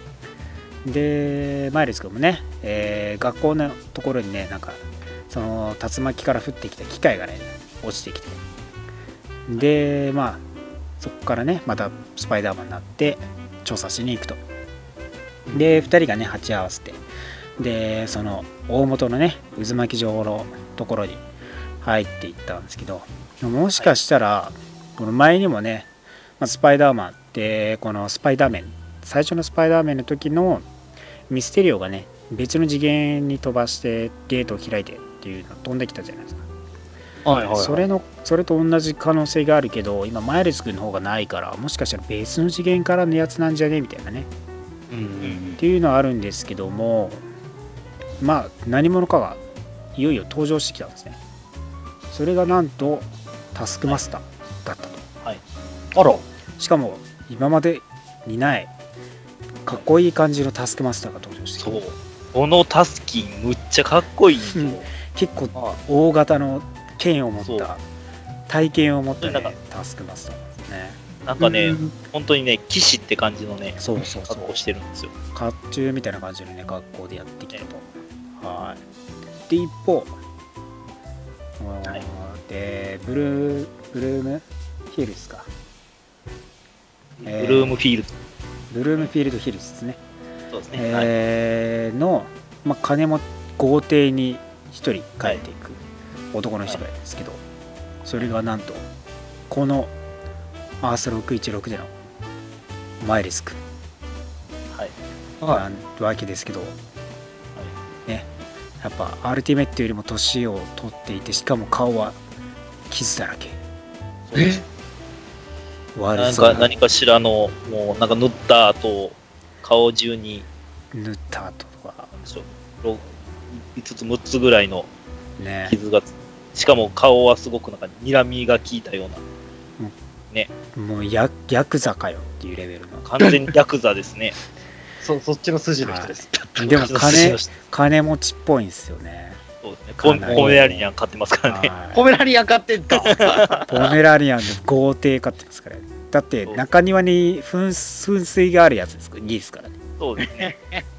でマイルズ君もね、えー、学校のところにね、なんかその竜巻から降ってきた機械がね落ちてきて、でまあそこからねまたスパイダーマンになって調査しに行くと。でふたりがね鉢合わせて、でその大元のね渦巻き状のところに入っていったんですけど、もしかしたらこの前にもね、まあ、スパイダーマンってこのスパイダーメン最初のスパイダーメンの時のミステリオがね別の次元に飛ばしてゲートを開いてっていうの飛んできたじゃないですか。 はいはいはい、 それのそれと同じ可能性があるけど、今マイルズ君の方がないから、もしかしたら別の次元からのやつなんじゃねみたいなね、 うんうんっていうのはあるんですけども、まあ何者かがいよいよ登場してきたんですね。それがなんとタスクマスターだったと。 はい。 あら、 しかも今までにないかっこいい感じのタスクマスターが登場してきて、 そう。このタスキンむっちゃかっこいいんですよ。 結構あ大型の剣を持っそうた体験を持った、ねなんか、 タスクマスターなんですね。 なんかね、 うん本当にね、騎士って感じのね、 そうそうそう格好してるんですよ。 甲冑みたいな感じのね格好でやってきたと。はい。で一方、あーはいでブルーブルームヒルズか、えーブルームフィールド。 ブルームフィールドヒルズですね。 そうですね。はい。 えーの、まあ、金も豪邸に一人帰っていく男の人がいるんですけど、それがなんとこのアースろくいちろくでのマイルズ君はい。 はなわけですけど、ね、やっぱアルティメットよりも年を取っていて、しかも顔は傷だらけ、 そうですなん悪そうなか何かしらの、もうなんか塗った後、顔中に塗った後とかそういつつむっつぐらいのね、 傷がつ、しかも顔はすごくなんか睨みが効いたような、 もうヤヤクザかよっていうレベルの。 完全にヤクザですね。 そそっちの筋の人です。 でも金そう金持ちっぽいんですよね。 ですね。ポポメラリアン買ってますからね。 はいポメラリアン買ってんか。 ポメラリアンの豪邸買ってますから、ね、だって中庭に噴噴水があるやつですいいですからね。 そうですね。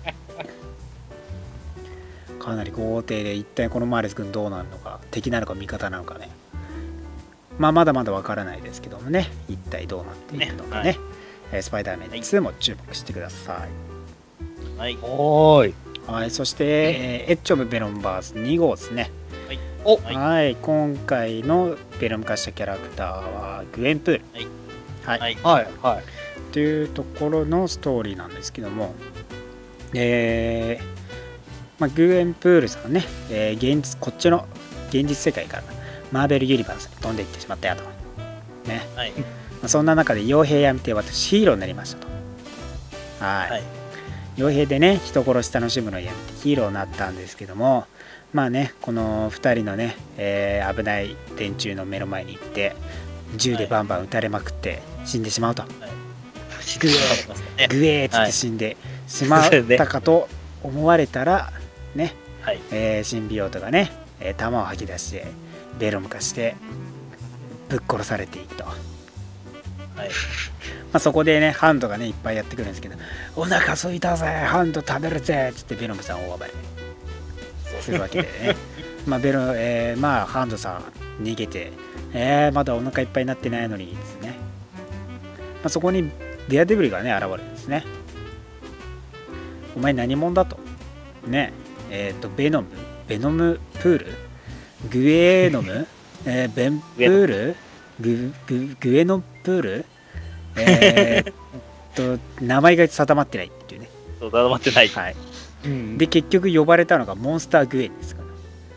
かなり豪邸で、一体このマーレス君どうなるのか、敵なのか味方なのかね、まあまだまだわからないですけどもね、一体どうなっていくのかね、 ねえースパイダーメンツーも注目してください。 はい。 おーい。 はい、そして、えーエッジオブベノムバースに号ですね。 おはいはい、今回のベノム化したキャラクターはグエンプール。はい。 はい。 はいはい。 というところのストーリーなんですけども、えーまあ、グエンプールさんね、えー現実こっちの現実世界からマーベルユニバースに飛んでいってしまったよと。ね。 はい。 まあ、そんな中で傭兵やめて私ヒーローになりましたと。はい。 はい傭兵でね、人殺し楽しむのをやめてヒーローになったんですけども、まあね、このふたりのね、えー危ない連中の目の前に行って銃でバンバン撃たれまくって死んでしまうと。 死んでしまいましたね。 グエーっつって死んでしまったかと思われたらね、 はい。 えーシンビオートがね、えー弾を吐き出してベロム化してぶっ殺されていくと。 はいまあそこでねハンドがねいっぱいやってくるんですけど、お腹空いたぜハンド食べるぜっつってベロムさん大暴れするわけでねまあベロ、えー、まあハンドさん逃げて、えー、まだお腹いっぱいになってないのにですね、まあ、そこにデアデビルがね現れるんですね。お前何者だとねえっ、ー、とベノムベノムプールグエノム、えー、ベンプールグググエノプールえー、っと名前が定まってないっていうね。 そう定まってない、 はい、うん、で結局呼ばれたのがモンスターグエンですから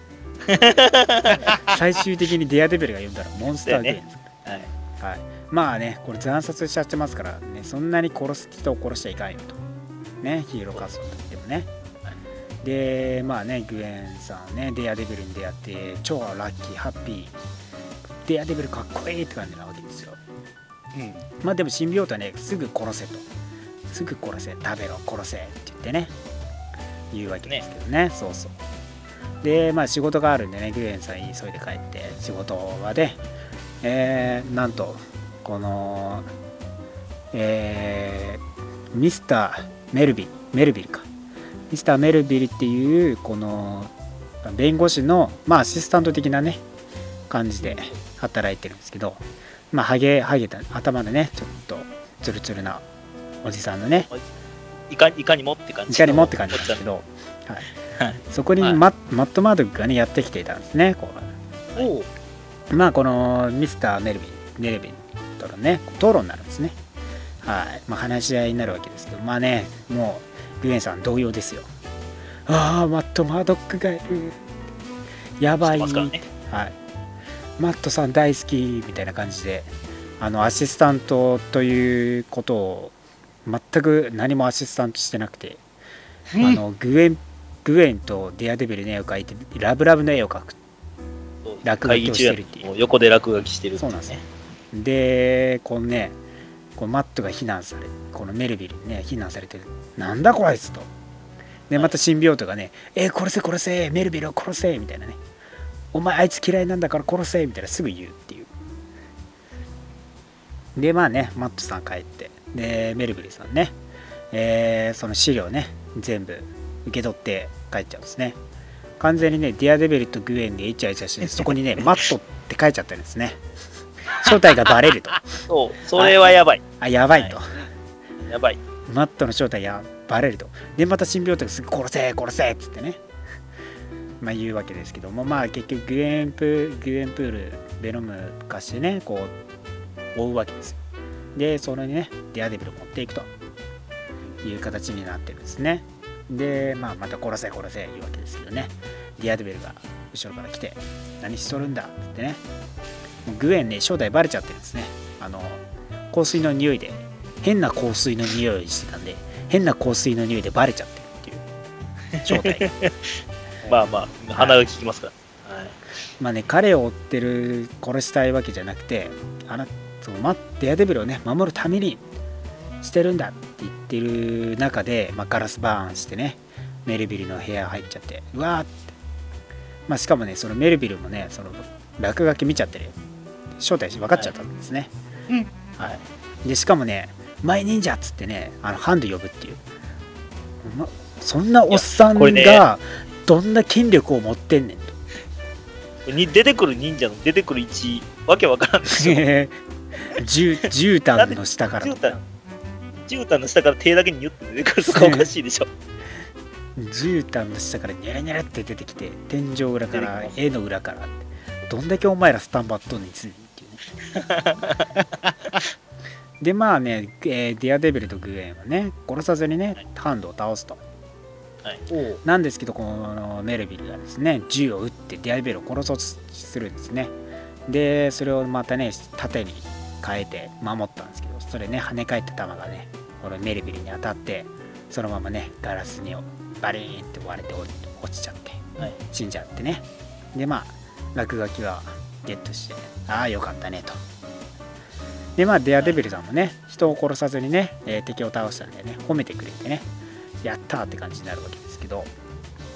最終的にデアデビルが呼んだらモンスターグエンですから、ね、はいはい、まあねこれ惨殺しちゃってますからね、そんなに殺す人を殺しちゃいかんよとね、ヒーロー活動といってもね、はい、でまあねグエンさんねデアデビルに出会って超ラッキーハッピーデアデビルかっこいいって感じなわけですよ。うん、まあでもシンビオートはねすぐ殺せとすぐ殺せ食べろ殺せって言ってね言うわけですけど ね, ねそうそうでまあ仕事があるんでねグエンさん急いで帰って仕事はね、えー、なんとこのえー、ミスターメルビルメルビルかミスターメルビルっていうこの弁護士のまあアシスタント的なね感じで働いてるんですけど、まあハゲハゲた頭でねちょっとツルツルなおじさんのねいかいかにもって感じいかにもって感じなんですけど、はいはい、そこに マ,、はい、マット・マードックがねやってきていたんですねこう、はい、まあこのミスターメルビンメルビンとのね討論になるんですね。はい、まあ、話し合いになるわけですけど、まあねもうグエンさん同様ですよ。ああマット・マードックがいるやばい、ね、はい、マットさん大好きみたいな感じであのアシスタントということを全く何もアシスタントしてなくて、うん、あのグエングエンとデアデビルの絵を描いてラブラブの絵を描く落書きをしてるっていう横で落書きしてる、ね、 そうなんですね。でこのねこのマットが非難されこのメルビルにね非難されてるなんだこいつとでまたシンビオートがね、はい、えー、殺せ殺せメルビルを殺せみたいなねお前あいつ嫌いなんだから殺せみたいなすぐ言うっていうでまあねマットさん帰ってでメルビルさんね、えー、その資料ね全部受け取って帰っちゃうんですね。完全にねディアデビルとグエンでイチャイチャしてそこにねマットって書いちゃったんですね。正体がバレるとそうそれはやばいあやばいと、はい、 やばいマットの正体やバレるとでまたシンビオートがすぐ殺せ殺せっつってねまあ言うわけですけども、まあ結局グエンプグエンプールベノム化してねこう追うわけですよ。でそれにねデアデビルを持っていくという形になってるんですね。でまあまた殺せ殺せ言うわけですけどねディアデビルが後ろから来て何しとるんだって言ってねもうグエンね正体バレちゃってるんですね。あの香水の匂いで変な香水の匂いしてたんで変な香水の匂いでバレちゃってるっていう正体まあまあ鼻が利きますから、はい、 まあね彼を追ってる殺したいわけじゃなくてあなそのデアデビルをね守るためにしてるんだって言ってる中で、まあ、ガラスバーンしてねメルビルの部屋入っちゃってうわーって、まあ、しかもねそのメルビルもねその落書き見ちゃってる正体分かっちゃったんですね、はいうんはい、でしかもねマイ忍者っつってねあのハンド呼ぶっていう、ま、そんなおっさんがどんな権力を持ってんねんとに出てくる忍者の出てくる位置わけわからんですよじゅ絨毯の下から絨毯の下から手だけに言って出てくるとかおかしいでしょ絨毯の下からニャラニャラって出てきて天井裏から絵の裏からどんだけお前らスタンバットについてっていうねでまあね、えー、ディアデビルとグエンはね殺さずにね、はい、ハンドを倒すと、はい、なんですけどこのメルビルがですね銃を撃ってディアデビルを殺そうとするんですね。でそれをまたね盾に変えて守ったんですけどそれね跳ね返った弾がねこのメルビルに当たってそのままねガラスにバリーンって割れて落ちちゃって、はい、死んじゃってねでまあ落書きはゲットしてああよかったねとでまあデアデビルさんもね人を殺さずにね、えー、敵を倒したんでね褒めてくれてねやったーって感じになるわけですけど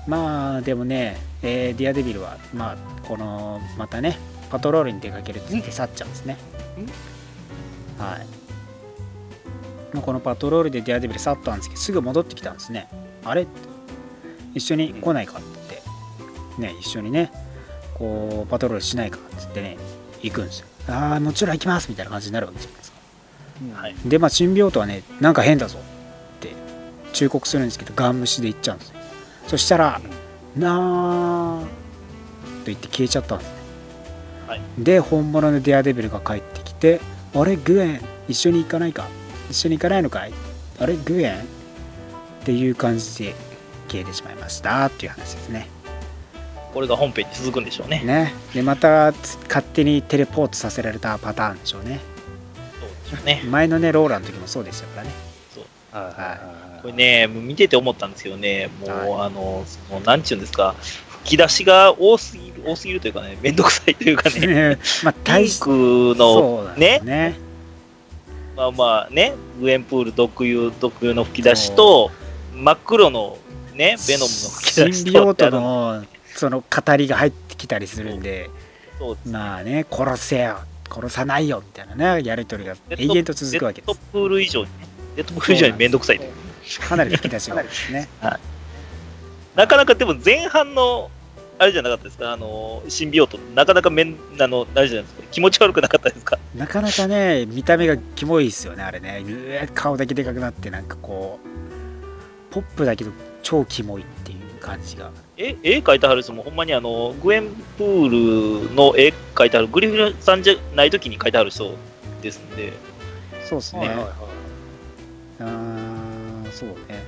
まあでもね、えーディアデビルはまあこのまたねパトロールに出かけるって言って去っちゃうんですね。はい。まあこのパトロールでディアデビル去ったんですけど、すぐ戻ってきたんですね。あれ一緒に来ないかって言ってね、一緒にねこうパトロールしないかって言ってね行くんですよ。ああもちろん行きますみたいな感じになるわけじゃないですか。 はい。 でまあシンビオートはねなんか変だぞって忠告するんですけど、ガン無視で行っちゃうんですよ。そしたらなーと言って消えちゃったんですね。 はい。 で本物のディアデビルが帰ってきて、あれグエン一緒に行かないか、一緒に行かないのかい、あれグエンっていう感じで消えてしまいましたっていう話ですね。 これが本編に続くんでしょうね。 ねでまた勝手にテレポートさせられたパターンでしょうね。 そうでしょうね。 前のねローラの時もそうでしたからね。 そう。 はこれね、もう見てて思ったんですけどね、もう、 はいあの、そのなんちゅうんですか、吹き出しが多すぎる、多すぎるというかね、めんどくさいというかね、 ねまあピ大しンクのそうなんですね、 ね。 まあまあね、グエンプール特有、特有の吹き出しと、真っ黒のね、ベノムの吹き出しシンビオートとってあるのその語りが入ってきたりするんで、 そうですまあね殺せよ殺さないよみたいなねやり取りが永遠と続くわけです。 デッドプール以上にね、デッドプール以上にめんどくさいという。 かなり吹き出しが多いですね。 なかなかでも前半の、あれじゃなかったですか、あの、シンビオート、なかなかめん、あの、あれじゃないですか、気持ち悪くなかったですか。 なかなかね見た目がキモいですよねあれね。うわ顔だけでかくなってなんかこうポップだけど超キモいっていう感じが。 え、絵描いてはる人もほんまにあの、グエンプールの絵描いてはる、グリフィンさんじゃないときに描いてはる人ですんで、 そうですね。 はいはいはい。 あーそうね。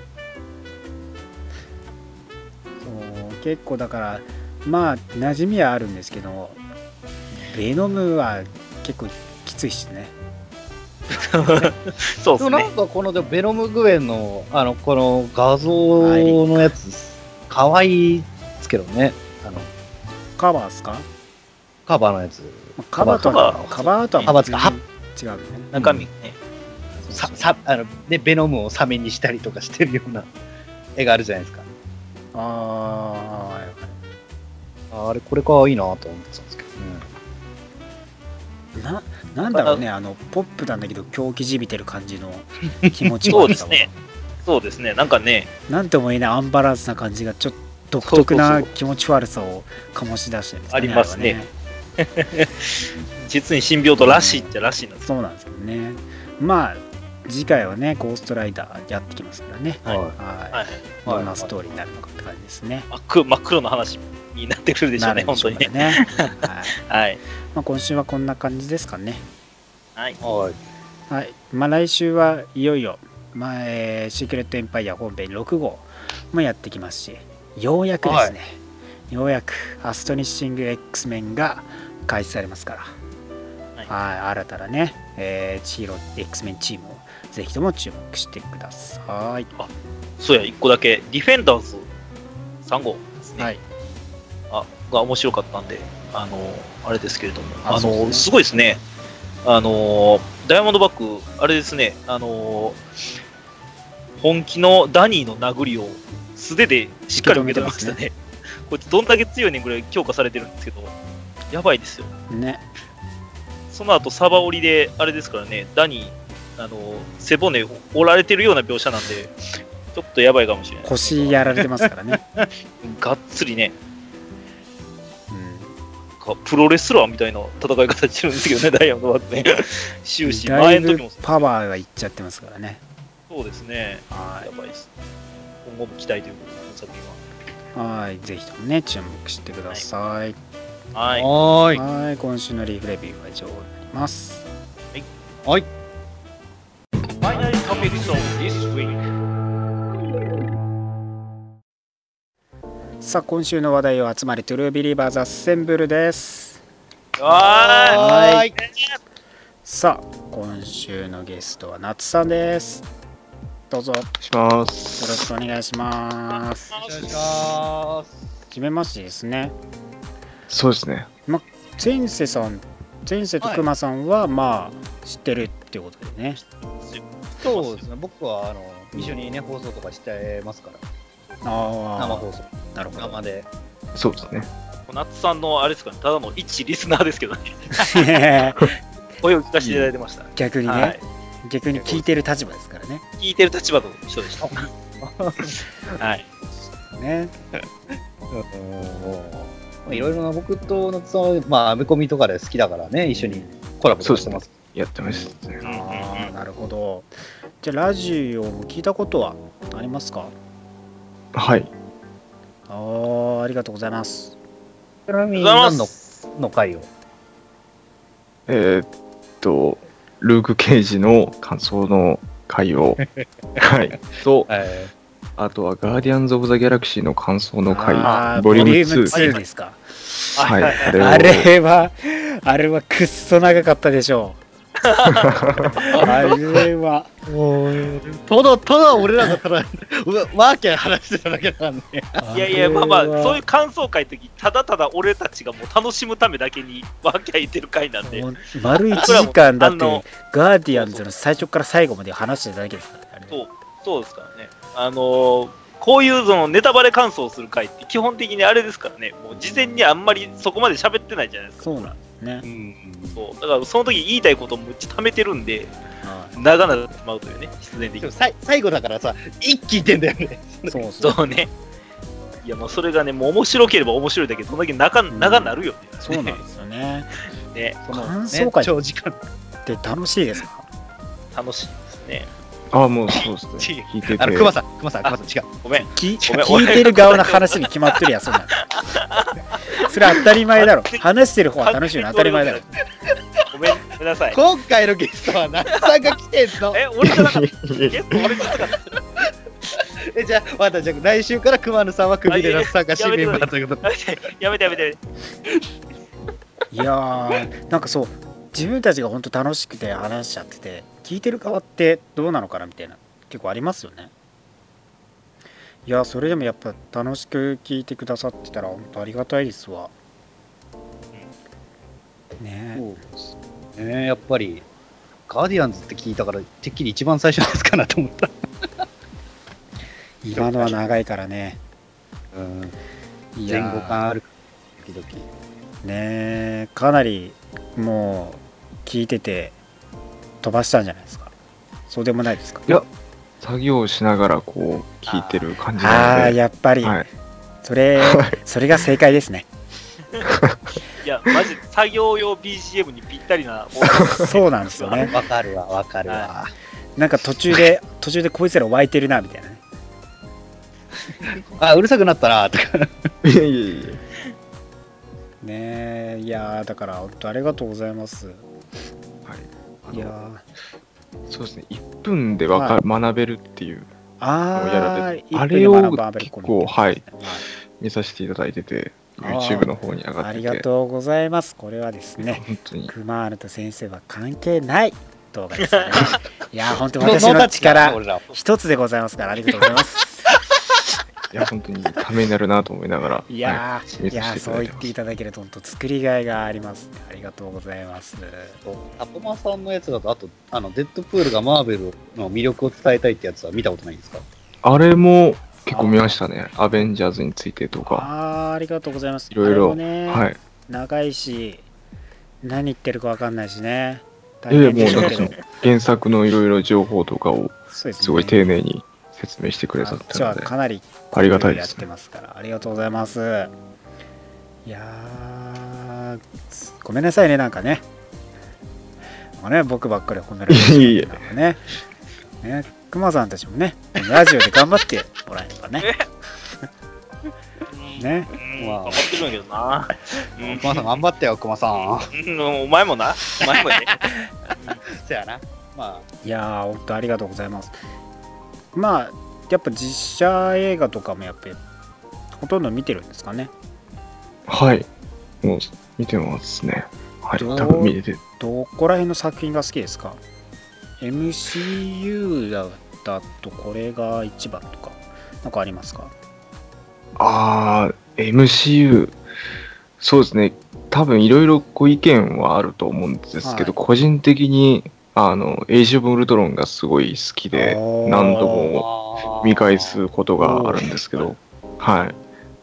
そう結構だからまあ馴染みはあるんですけど、ベノムは結構きついしね。 そうですねでもなん。かこのでもベノムグエンのあのこの画像のやつ可愛いですけどね。あのカバーですか？ カバーのやつ。 カバーとカバーはカバーとはカバーつかは違うね。 中身ね。 ささあのねベノムをサメにしたりとかしてるような絵があるじゃないですか。 あああれこれ可愛いなと思ってたんですけどね。 あななんだろうね、あのポップなんだけど狂気じみてる感じの気持ちそ悪さをうですね。そうですね。なんかね、 なんとも言えないアンバランスな感じがちょっと独特な気持ち悪さを醸し出してるんですかね。 ありますねあれはね。 実にシンビオートらしいっちゃらしいなんです。 そうなんですけどね。まあ次回はねゴーストライダーやってきますからね。 はいはい。 はい。 どんなストーリーになるのかって感じですね。 真っ黒真っ黒の話になってくるでしょうね、本当にね。 ね。はい。 はい。 まあ今週はこんな感じですかね。 はい。 はい。 はい。まあ来週はいよいよ、まあえーシークレットエンパイア本編ろく号もやってきますし、ようやくですね、ようやくアストニッシング X メンが開始されますから、 はいはい、新たなね、えー、チーロ X メンチームをぜひとも注目してください。 そうや、いっこだけ、ディフェンダーズさん号ですね。 はい。 あが面白かったんで、あのあれですけれども、ああそうですねのすごいですね。あのダイヤモンドバック、あれですね、あの本気のダニーの殴りを素手でしっかり受け止めました受け止ね。こいつどんだけ強いねんぐらい強化されてるんですけど、やばいですよ。 ね。 その後サバ折りで、あれですからね、ダニー、あの背骨折られてるような描写なんで、ちょっとやばいかもしれない。 腰やられてますからね。 がっつりね、 うん、 かプロレスラーみたいな戦い方してるんですけどね、ダイヤモンドバックね。終始、 だいぶ前の時もパワーがいっちゃってますからね。 そうですね。 はやばいです。今後も期待ということで、この作品い。はい。ぜひともね、注目してください。 は。はい。 はーい。 はい。今週のリーフレビューは以上になります。 はい。 Finally topics of this week. さあ、今週の話題を集まり、トゥルービリーバーズアッセンブルです。 ははーい。 さあ、今週のゲストは夏さんです。どうぞよします。 ろしくお願いします。 お願いします。 はじめましてですね。 そうですね。 前世さん、前世とクマさんは、まあ知ってるっていうことでね。 そうですね。僕はあの一緒にね放送とかしてますから。生あ放送。 なるほど。 生で。 そうですね。 夏さんのあれですかね、ただの一リスナーですけどね。声を聞かせていただいてました。 逆にね、 はい、 逆に聞いてる立場ですからね。 聞いてる立場の人でした。はい。 ね。 いろいろな僕と夏さんは、まあ、アメコミとかで好きだからね、一緒にコラボしてます。 やってましたね。 ああ、なるほど。じゃあ、ラジオも聞いたことはありますか？ はい。 ああ、ありがとうございます。 ちなみに何のの回を？ えー、っと、ルーク・ケイジの感想の回を、はい。と、 えー、あとはガーディアンズ・オブ・ザ・ギャラクシーの感想の回、 ボリュームボリュームツーですか？ はい。あれあれは、あれはくっそ長かったでしょう。あれはもうただただ俺らがただワーキャー話してただけなんで。 いやいや、まあまあ、そういう感想会の時、ただただ俺たちがもう楽しむためだけにワーキャー言ってる回なんで。 丸いちじかんだってガーディアンズの最初から最後まで話してただけですからね。 そうそうですからね。あのー、こういうそのネタバレ感想をする回って基本的にあれですからね、もう事前にあんまりそこまで喋ってないじゃないですか。 そうなんですね。 うん、 そうだからその時言いたいことをむっちゃ溜めてるんで、長なってしまうというね、必然的に。 最後だからさ、一気に言ってんだよね。 そうそう。 そうね。いや、もうそれがね、もう面白ければ面白いだけど、どんだけ長長なるよね。 そうなんですよね。 ね、 感想会長時間って楽しいですか？ 楽しいですね。 ああ、もうそうですね。聞いてて。 あの、熊さん、熊さん、熊さん、違う。 ごめん。 聞いてる側の話に決まってるや、そんなの。それは当たり前だろ。話してる方は楽しいの当たり前だろ。 ごめんなさい。 今回のゲストは夏さんが来てんの。 え、俺じゃなかった。ゲスト俺じゃなかった。 え、じゃあ、またじゃあ来週から熊野さんはクビで夏さんが新メンバーということで。 やめてやめて。 いやー、なんかそう、自分たちが本当楽しくて話しちゃってて、聞いてる側ってどうなのかなみたいな、結構ありますよね。いや、それでもやっぱ楽しく聞いてくださってたら本当ありがたいですわ。ねえ。 そうですね、やっぱりガーディアンズって聞いたからてっきり一番最初ですかなと思った。 今のは長いからね。 うん。 いや前後感ある時々。 ねえ、かなりもう聞いてて飛ばしたんじゃないですか。そうでもないですか？ いや、作業しながらこう聞いてる感じなので。 ああ、やっぱり、 はい、 それそれが正解ですね。 いや、マジ作業用 ビージーエム にぴったりな。 そうなんですよね。 わかるわ、わかるわ。 なんか途中で途中でこいつら湧いてるなみたいなね。 あ、うるさくなったなとか。 いやいやいや。 ねえ、いやだから本当ありがとうございます。はい。いやそうですね。いっぷんでわか、はい、学べるっていうのをやられて、あれを結構はい、見させていただいてて、YouTube の方に上がってて。 ありがとうございます。これはですね、 本当にクマールと先生は関係ない動画ですからね。いや本当私の力一つでございますから、ありがとうございます。 いや本当にためになるなと思いながら、 いやー、 はい、 いやーそう言っていただけると本当作りがいがあります。ありがとうございます。 タコマさんのやつだと、あとあのデッドプールがマーベルの魅力を伝えたいってやつは見たことないんですか？ あれも結構見ましたね。アベンジャーズについてとか。 ああ、ありがとうございます。 いろいろ、 ね、 はい。 長いし、何言ってるかわかんないしね。 いやいや、もうなんかその原作のいろいろ情報とかをすごい丁寧に説明してくれたってので、 かなりありがたいです、 ね。やってますから、ありがとうございます。いやー、ごめんなさいね、なんかね。なんかね、僕ばっかり褒められてるなんかね。ね、クマさんたちもね、ラジオで頑張ってもらえればね。ね、 まあ、頑張ってるんだけどな。 クマさん頑張ってよ、クマさん。 お前もな、お前もやね。 そやな。まあ、 いやー、本当ありがとうございます。まあ、やっぱ実写映画とかもやっぱりほとんど見てるんですかね。 はい、もう見てますね。はい、多分見れて。 どこら辺の作品が好きですか？ エムシーユー だったとこれが一番とか、なんかありますか？ あー、エムシーユー、そうですね。多分いろいろご意見はあると思うんですけど、はい、個人的にあのエイジ・オブ・ウルトロンがすごい好きで何度も見返すことがあるんですけど、はい。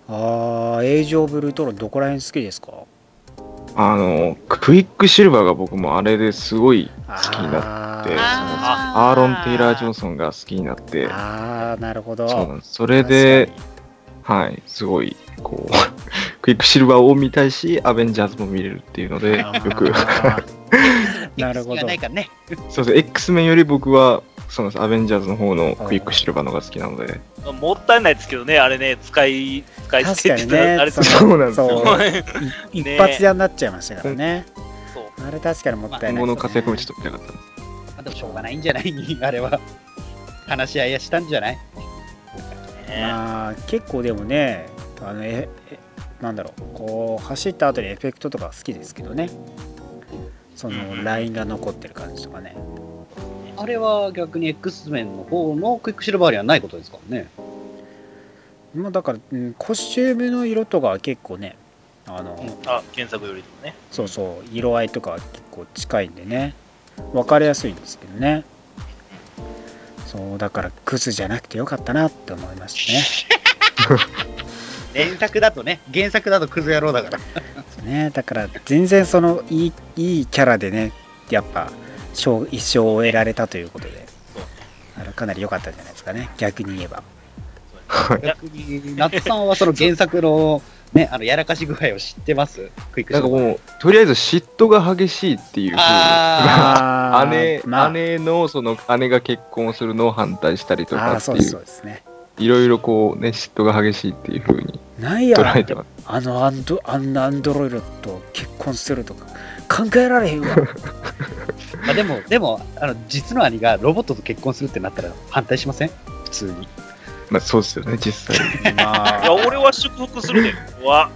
ああ、エイジ・オブ・ウルトロンどこら辺好きですか？ あの、クイックシルバーが僕もあれですごい好きになって、そのあアーロン・テイラー・ジョンソンが好きになって、 あー、なるほど。 そうなんです。それで、はい、すごい、こう、クイックシルバーを見たいし、アベンジャーズも見れるっていうので、よく、 あーなるほど。 がないからね。 そうです。X メンより僕は、そうなんです。アベンジャーズの方のクイックシルバーの方が好きなので。 もったいないですけどね、あれね、使い、使い捨てって確かにね、 あれそのそうなんですよそうねい一発屋になっちゃいましたからね。 そうあれ確かにもったいないですね。 今後の活躍もちょっと見たかったんです。 まあ、でもしょうがないんじゃないあれは。話し合いやしたんじゃないねまあ結構でもね、あのええなんだろう、こう走った後にエフェクトとか好きですけどね。そのラインが残ってる感じとかね。 あれは逆に X メンの方のクイックシルバーにはないことですからね。 まあだから、うん、コスチュームの色とかは結構ね、あの、 あ、原作よりもね。 そうそう色合いとかは結構近いんでね、分かりやすいんですけどね。そうだからクズじゃなくてよかったなって思いましたね。 原作だとね、原作だとクズ野郎だから。 そうね、だから全然そのいいいいキャラでね、やっぱ賞一生を終えられたということで、あのかなり良かったんじゃないですかね、逆に言えば。 逆に、夏さんはその原作のね、あのやらかし具合を知ってますクイックシルバー。 なんかもう、とりあえず嫉妬が激しいっていう風にあ姉、 まあ、 姉のその姉が結婚するのを反対したりとあかっていーそうですそうう、 ですね。 いろいろこうね、嫉妬が激しいっていう風になんや捉えてます。 あのアンドあんなアンドロイドと結婚するとか考えられへんわ。 まあでも、でもあの実の兄がロボットと結婚するってなったら反対しません普通に。 まあそうですよね、実際。 まいや、俺は祝福するで。うわ、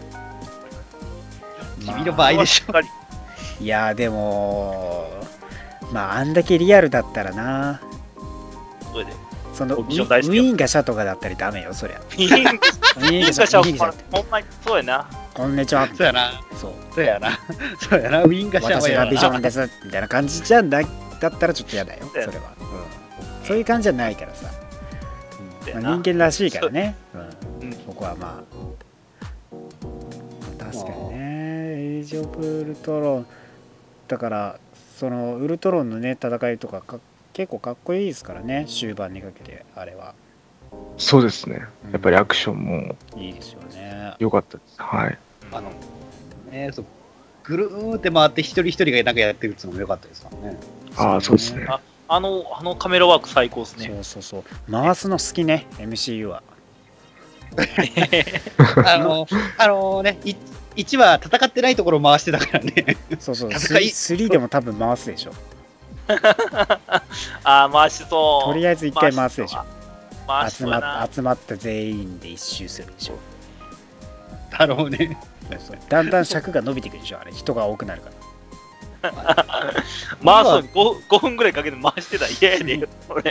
君の場合でしょ。 まあいやでもまああんだけリアルだったらな、 それで。 そのウオーディションィ大好きよウィーンがシャとかだったりダメよ、そりゃ。 いいんウィーンがシャウィーンがシャほんまに、そうやな。 こんにちは。 そうやな。 そう。 そうやな。そうやな。ウィンガシャワ私やな。 がビジョンですみたいな感じじゃんだだったらちょっと嫌だよ、それは。うん、そういう感じじゃないからさ。うんまあ、人間らしいからね。うん、僕はまあ。確かにね、エイジ・オブ・ウルトロン。だから、そのウルトロンのね、戦いとかか結構かっこいいですからね、終盤にかけて、あれは。 そうですね。やっぱりアクションもいいですよね。 良かったです。はい。 あの、ね、そうぐるーって回って一人一人がなんかやってるっていうのも良かったですからね。 ああ、そうですね。 ああの、あのカメラワーク最高ですね。 そうそうそう。回すの好きね、エムシーユー は。 あの、あのね、いいちは戦ってないところを回してたからね。 そうそう、 戦いスリーでも多分回すでしょ。 ああ、回しそう。 とりあえず一回回すでしょ。 回し集そうやなまっ集まった全員で一周するでしょ。 だろうね。 そうそうだんだん尺が伸びていくでしょ、あれ。人が多くなるから。 回すのに 5, ごふんぐらいかけて回してたら嫌やで、俺。 い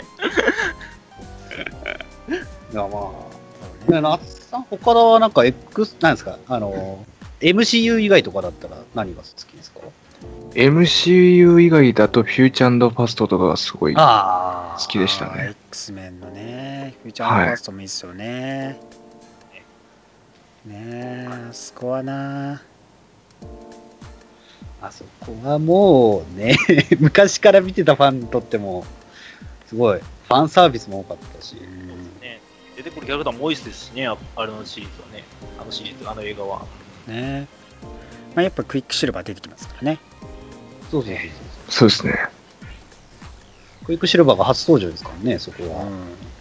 や、まあ、ね、夏さん、他田はなんか X、なんですか、あの、エムシーユー 以外とかだったら何が好きですか？ エムシーユー 以外だとフューチャー&ファストとかがすごい好ああ。 きでしたね。 X メンのね、フューチャーファーストもいいっすよね。ねえ、あそこはな。 あそこはもうね、昔から見てたファンにとっても、すごい、ファンサービスも多かったし。 ね、出てくるキャラクターも多いですしね、ああれのシリーズはね。あのシリーズ、あの映画は。 ねまあ、やっぱクイックシルバー出てきますからね。 そうそうそうそうですね。 クイックシルバーが初登場ですからね、そこは。 うん、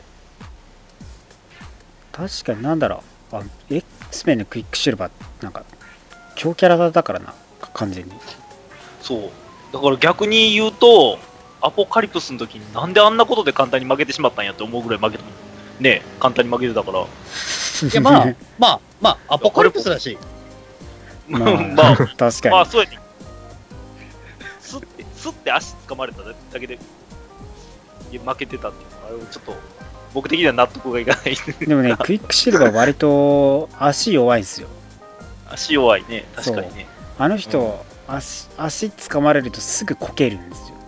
確かになんだろう、あ X メンのクイックシルバーなんか強キャラだからな、完全に。 そう。だから逆に言うと、アポカリプスの時になんであんなことで簡単に負けてしまったんやって思うぐらい負けてもね、簡単に負けてたから。 いや、まあ、まあ、まあ、アポカリプスだし。 ままあ、 あ、 確かに。 まあ、そうやね。すって、すって足掴まれただけでいや負けてたっていうのは、あれちょっと僕的には納得がいかない。 でもね、クイックシルバー割と足弱いんですよ。 足弱いね、確かにね。 あの人、うん、足、足掴まれるとすぐこけるんですよ。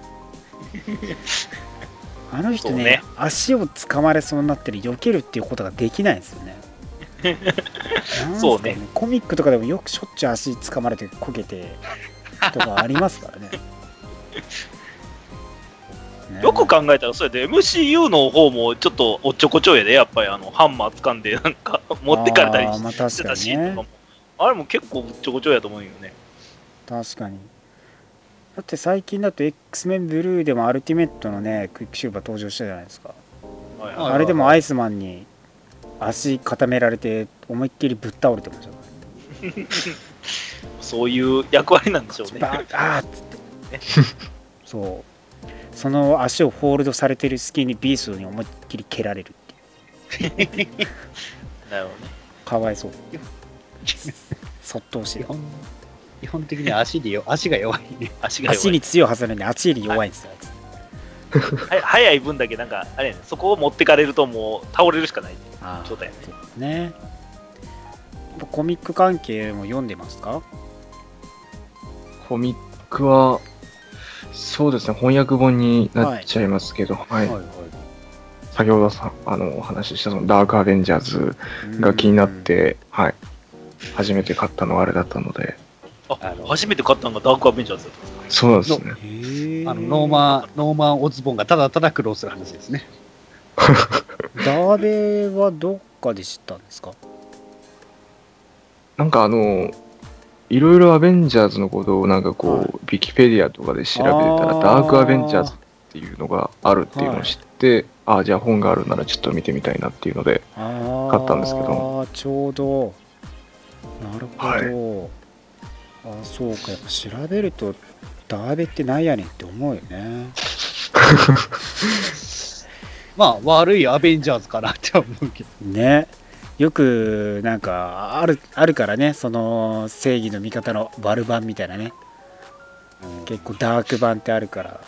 あの人 ね, ね足を掴まれそうになってる避けるっていうことができないんですよね。 そうね。 コミックとかでもよくしょっちゅう足掴まれてこけてとかありますからね。ねよく考えたら、それで エムシーユー の方もちょっとおっちょこちょいやで、やっぱりあのハンマー掴んで、なんか持ってかれたりあーまあ確かにねしてたシーンとかも、あれも結構おっちょこちょいやと思うよね。 確かに。だって最近だと X メンブルーでもアルティメットのねクイックシルバー登場したじゃないですか。 はいはいあれでもアイスマンに足固められて思いっきりぶっ倒れてましたかそういう役割なんでしょうね。 らバーあーっつってそうその足をホールドされてる隙にビーストに思いっきり蹴られるっていうなるほどね。 かわいそうそっとして基本基本的に足でよ足が弱いね。 足が弱い。 足に強いはずなのに足より弱いんですよ、あいつは早い分だけなんかあれやね、そこを持ってかれるともう倒れるしかないあ状態やね。 ーねコミック関係も読んでますか？ コミックは、そうですね、翻訳本になっちゃいますけど、はい。 はいはい。 先ほどさあのお話ししたそのダークアベンジャーズが気になって、はい。初めて買ったのはあれだったので、 ああの初めて買ったのがダークアベンジャーズだったんですか。 そうなんですね。 へーあのノーマンノーマンオズボンがただただ苦労する話ですね。 ダーベはどっかで知ったんですか？ なんかあの、いろいろアベンジャーズのことをなんかこう、 はいウィキペディアとかで調べてたら、 あーダークアベンジャーズっていうのがあるっていうのを知って、ああ、じゃあ本があるならちょっと見てみたいなっていうので、 あー買ったんですけどちょうどなるほど、 はいあそうかやっぱ調べるとダーベってなんやねんって思うよね。 まあ悪いアベンジャーズかなって思うけど。 ねよくなんかあるあるからね、その正義の味方の悪版みたいなね、結構ダーク版ってあるから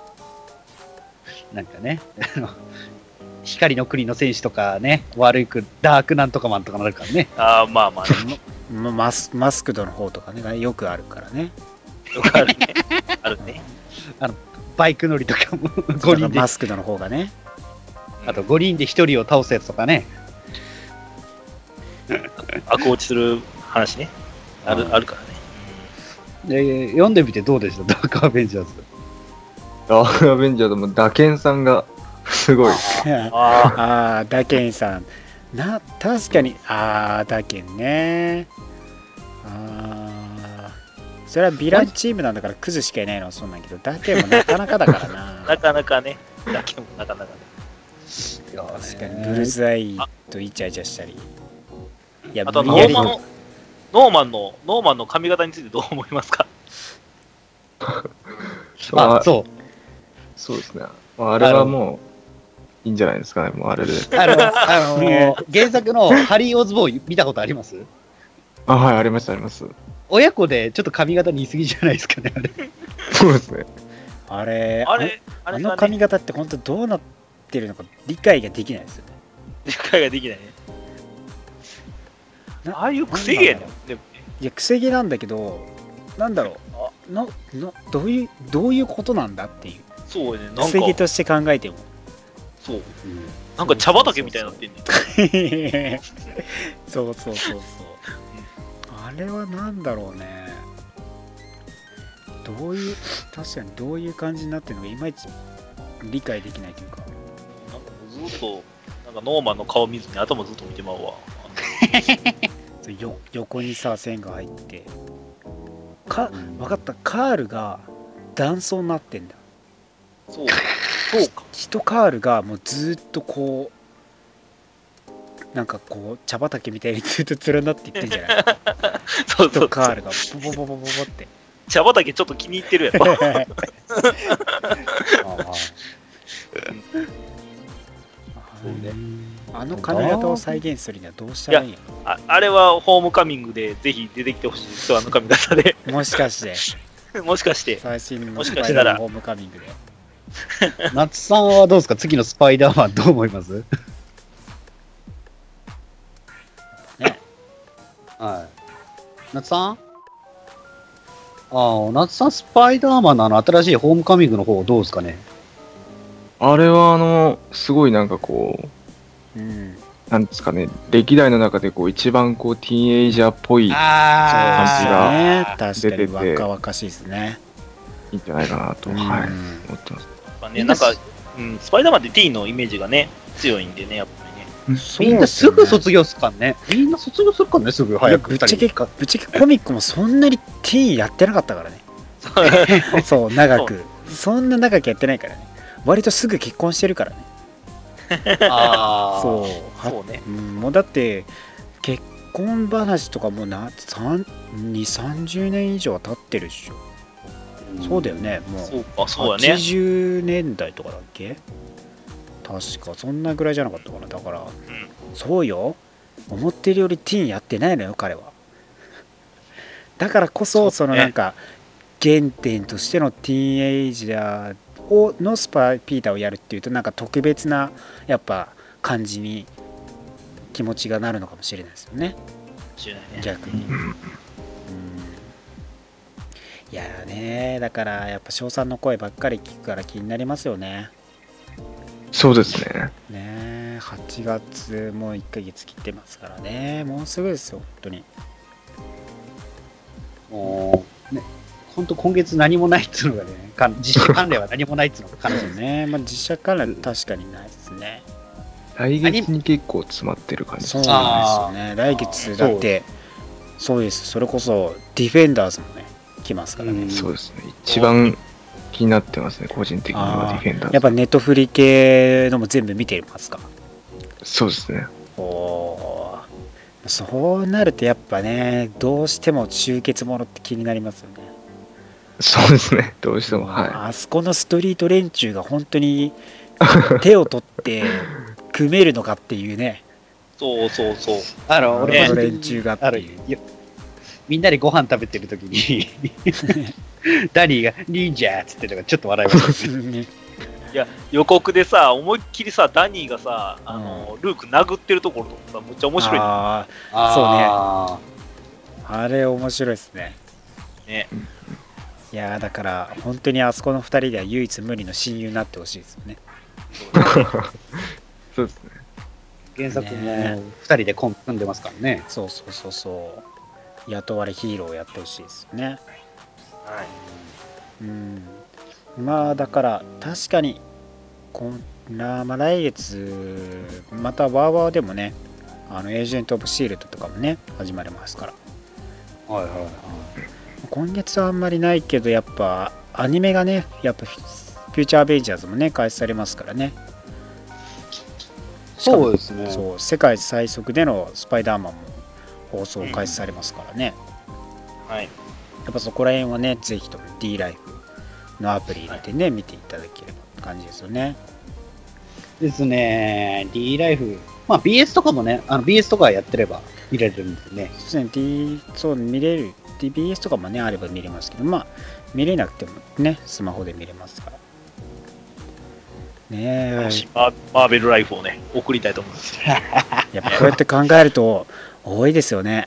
なんかね、あの光の国の戦士とかね、悪くダークなんとかマンとかなるからね。 ああ、まあまあ、ね、 まマスマスクドの方とかねよくあるからね。 よくあるね。あるね。 バイク乗りとかもだごにんで、 マスクドの方がね。 あとごにんでひとりを倒すやつとかね。 悪落ちする話ね。ある、あるからね。 で読んでみてどうでしたダークアベンジャーズ。 ダークアベンジャーズもダケンさんがすごい。 あああ、ダケンさん。な、確かに、ああ、ダケンね。ああ、それはヴィランチームなんだからクズしかいないのはそうなんだけど、ダケンもなかなかだからあ、 な。 なかなかね。だけもなかなかね。 確かに、ブルズアイとイチャイチャしたり。いや、 あと無理やりノーマンの、ノーマンの、ノーマンの髪型についてどう思いますか？ あ、そう。 そうですね。まあ、あれはもういいんじゃないですかね、もうあれで。 あの、あの原作のハリー・オズボーン見たことあります？ あ、はい、あります、あります。 親子でちょっと髪型似すぎじゃないですかね、あれ。 そうですね。 あれ、 あれ、ああれがね、 の髪型って本当どうなってるのか理解ができないですよね。 理解ができないね。 なああいう癖毛やねん。でもね、 いや、癖毛なんだけど、なんだろう、ななどういう、どういうことなんだっていう。 そうやね。なん癖毛か、 として考えても。 そう。なんか茶畑みたいになってんねん。 そうそうそうそう。あれはなんだろうね。どういう、確かにどういう感じになってるのかいまいち理解できないというか。 なんかもうずっと、なんかノーマンの顔見ずに頭ずっと見てまうわ。 よ横にさ線が入ってか分かった、カールが断層になってんだ。 そう、そうか。 一カールがもうずーっとこうなんかこう茶畑みたいにずっと連なっていってんじゃないそうそう一カールがボボボボボボって茶畑ちょっと気に入ってるやろ。 あの髪型を再現するにはどうしたらいいんやああれはホームカミングでぜひ出てきてほしいですよ、あの髪型で。 もしかしてもしかして。 最新のもしスかしたらパイダーマンホームカミングで夏さんはどうですか？次のスパイダーマンどう思います？ ね。 はい。夏さん？ああ、夏さんスパイダーマンのあの新しいホームカミングの方どうですかね？ あれは、あの、すごいなんかこう、 うんなんですかね、歴代の中でこう一番こうティーンエイジャーっぽいあ感じね、確かに若々しいですね。 いいんじゃないかなと、 うんはい、思ってます。 やっぱね、なんか、うん、スパイダーマンってティーンのイメージがね、強いんでね、やっぱりね。 みんなすぐ卒業すっかんね。みんな卒業するかんね、すぐ早く。 ぶっちゃけ、ぶっちゃけコミックもそんなにティーンやってなかったからね。そう、長く。そんな長くやってないからね。割とすぐ結婚してるからね。 ああ。 そう。 そうね。 うん、もうだって、結婚話とかもうな、に、さんじゅうねん以上は経ってるでしょ。そうだよね、もう。 そうか、そうだね。 はちじゅうねんだいとかだっけ？確か、そんなぐらいじゃなかったかな。だから、 うん、 そうよ。思ってるよりティーンやってないのよ、彼は。だからこそ、そのなんか、原点としてのティーンエイジャーをのスパイピーターをやるっていうと、なんか特別な、やっぱ、感じに気持ちがなるのかもしれないですよね。 知らないね。 逆に。うんいやーねー、だからやっぱ称賛の声ばっかり聞くから気になりますよね。 そうですね。 ねえ、はちがつもういっかげつ切ってますからね、もうすぐですよ、本当に。 もう、ね、本当今月何もないっつうのがね、か実施関連は何もないっつうのが悲しいそうね、まあ実写関連確かにないですね。 来月に結構詰まってる感じそうなんですよね、来月だって、そうです、それこそディフェンダーズもね、来ますからね。 そうですね。一番気になってますね、個人的にはディフェンダーズ。 やっぱネットフリ系のも全部見てますか？ そうですね。 おー、そうなるとやっぱね、どうしても集結ものって気になりますよね。 そうですね、どうしても。はい。 あそこのストリート連中が本当に手を取って組めるのかっていうね。 そうそうそう。 あの、俺この個人的に連中がっていうあるよみんなでご飯食べてるときにダニーが忍者っつってたからちょっと笑いましたね。 いや、予告でさ、思いっきりさ、ダニーがさ、あの、ルーク殴ってるところとかさ、むっちゃ面白い、ね。 ああそうね。あれ面白いですね。 ね。 いやーだから本当にあそこのふたりでは唯一無二の親友になってほしいですよね。 そうですね。 原作もふたりでコン組んでますからね。 そうそうそうそう。雇われヒーローをやってほしいですよね。 はい。 うん。まあだから確かにこんな、まあ、来月またワーワーでもね、あのエージェント・オブ・シールドとかもね始まりますから。 はいはいはい。 今月はあんまりないけどやっぱアニメがねやっぱフューチャーアベンジャーズもね開始されますからね。 そうですね。 そう世界最速でのスパイダーマンも放送開始されますからね。 はい。 やっぱそこら辺はねぜひとも D ライフのアプリ入れてね、はい、見ていただければって感じですよね。 ですね。D ライフ、まあ ビーエス とかもね、あの ビーエス とかやってれば見れるんですね。 そうですね。D そう見れる ディービーエス とかもねあれば見れますけど、まあ見れなくてもねスマホで見れますから。ねえ。 マーベルライフをね送りたいと思います。 やっぱこうやって考えると多いですよね。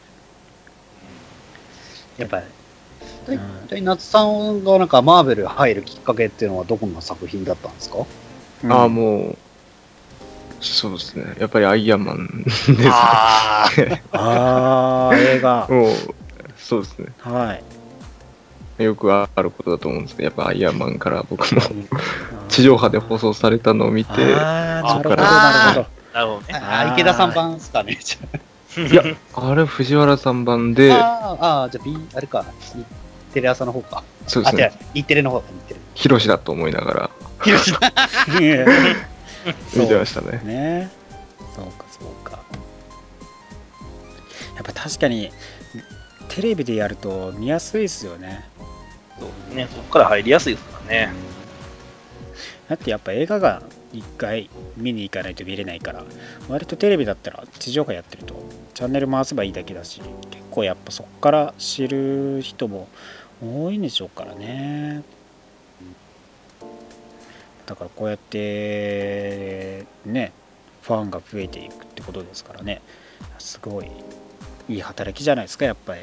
やっぱり、うん、夏さんがなんかマーベル入るきっかけっていうのはどこの作品だったんですか？ うん、 ああ、もう、そうですね。やっぱりアイアンマンですね。 ああ、映画。 もう、そうですね。 はい。 よくあることだと思うんですけど、やっぱアイアンマンから僕も地上波で放送されたのを見て、 ああ、なるほど、なるほど。 なるほどね。 あ池田さん版ですかね。 いや、あれ藤原さん版で、 ああ、じゃあ B、あれか、テレ朝の方か。 そうですね。 あ、日テレの方か、日テレ。 ヒロシだと思いながら、 ヒロシだ見てましたね。 ね。そうか、そうか。やっぱ確かに、テレビでやると見やすいですよね。 そうね、そこから入りやすいですからね。 だってやっぱ映画が一回見に行かないと見れないから、割とテレビだったら地上波やってるとチャンネル回せばいいだけだし、結構やっぱそこから知る人も多いんでしょうからね。だからこうやってね、ファンが増えていくってことですからね、すごいいい働きじゃないですか、やっぱり。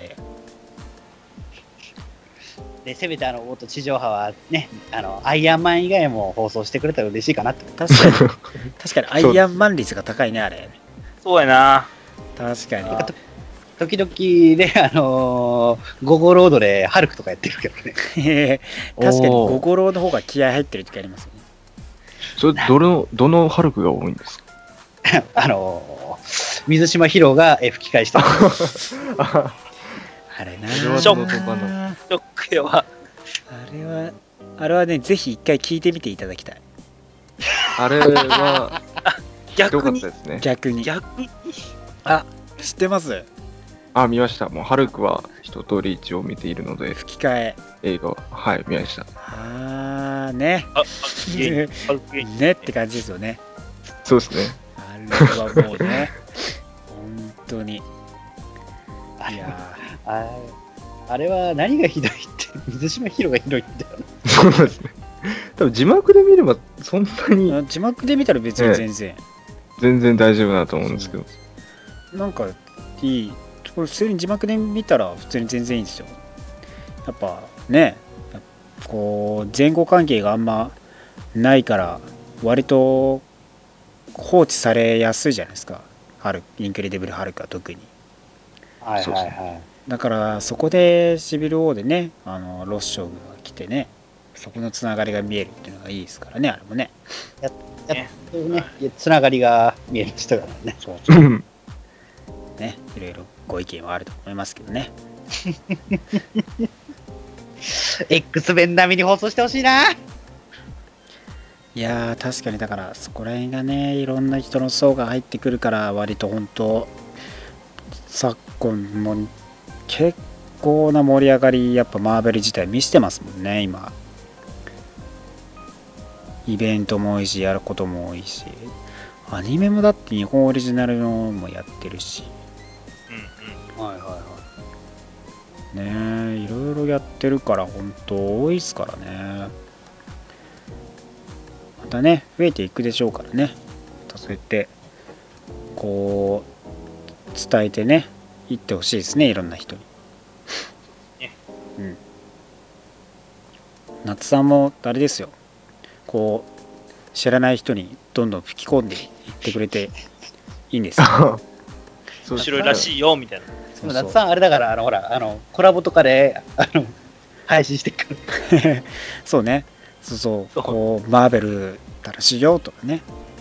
で、せめてあの、オート地上波はね、あの、アイアンマン以外も放送してくれたら嬉しいかなって。 確かに、確かにアイアンマン率が高いね、あれ。 そうやな。 確かに。 時々ね、あのー、ゴゴロードでハルクとかやってるけどね。 確かにゴゴローの方が気合入ってる時ありますよね。 それ、どの、どのハルクが多いんですか？ あのー、水島ヒロがえ吹き返してる。 あれなそれはショどの版のあショックよは。 れは、あれはね、ぜひ一回聞いてみていただきたい。 あれは、ひどか逆にったですね。 逆に。 逆にあ、知ってます？ あ、見ました。もう、ハルクは一通り一応見ているので、 吹き替え。 映画は、はい、見ました。 あーね。 あ、あゲイあるゲイねって感じですよね。 そうですね。 あれはもうね、本当に。いやああれは何がひどいって、水島ヒロがひどいんだよね。 そうですね。多分字幕で見れば、そんなにー字幕で見たら別に全然、 全然大丈夫だと思うんですけど。 なんかいい。これ普通に字幕で見たら普通に全然いいんですよ。やっぱね、こう前後関係があんまないから割と放置されやすいじゃないですか。ハルインクレディブルハルクは特に。 はいはいはい。 だからそこでシビル王でね、あのロス将軍が来てね、そこのつながりが見えるっていうのがいいですからね、あれもね。 やっとね、つながりが見えましたからね。 そうそうね、いろいろご意見はあると思いますけどね。 X 弁並みに放送してほしいな。 いやー確かにだからそこら辺がね、いろんな人の層が入ってくるから割と本当昨今も結構な盛り上がり、やっぱマーベル自体見せてますもんね今。イベントも多いし、やることも多いし、アニメもだって日本オリジナルのもやってるしはいはいはね、いろいろやってるから本当多いですからね。またね増えていくでしょうからね。またそうやってこう伝えてね言ってほしいですね、いろんな人に。うん。夏さんもあれですよ、こう知らない人にどんどん吹き込んでいってくれていいんですよ。 そう面白いらしいよみたいな。 い。夏さんあれだから、あのほら、あのコラボとかであの配信してくる。 そうね、そうそう、 そうこうマーベル楽しいよとかね、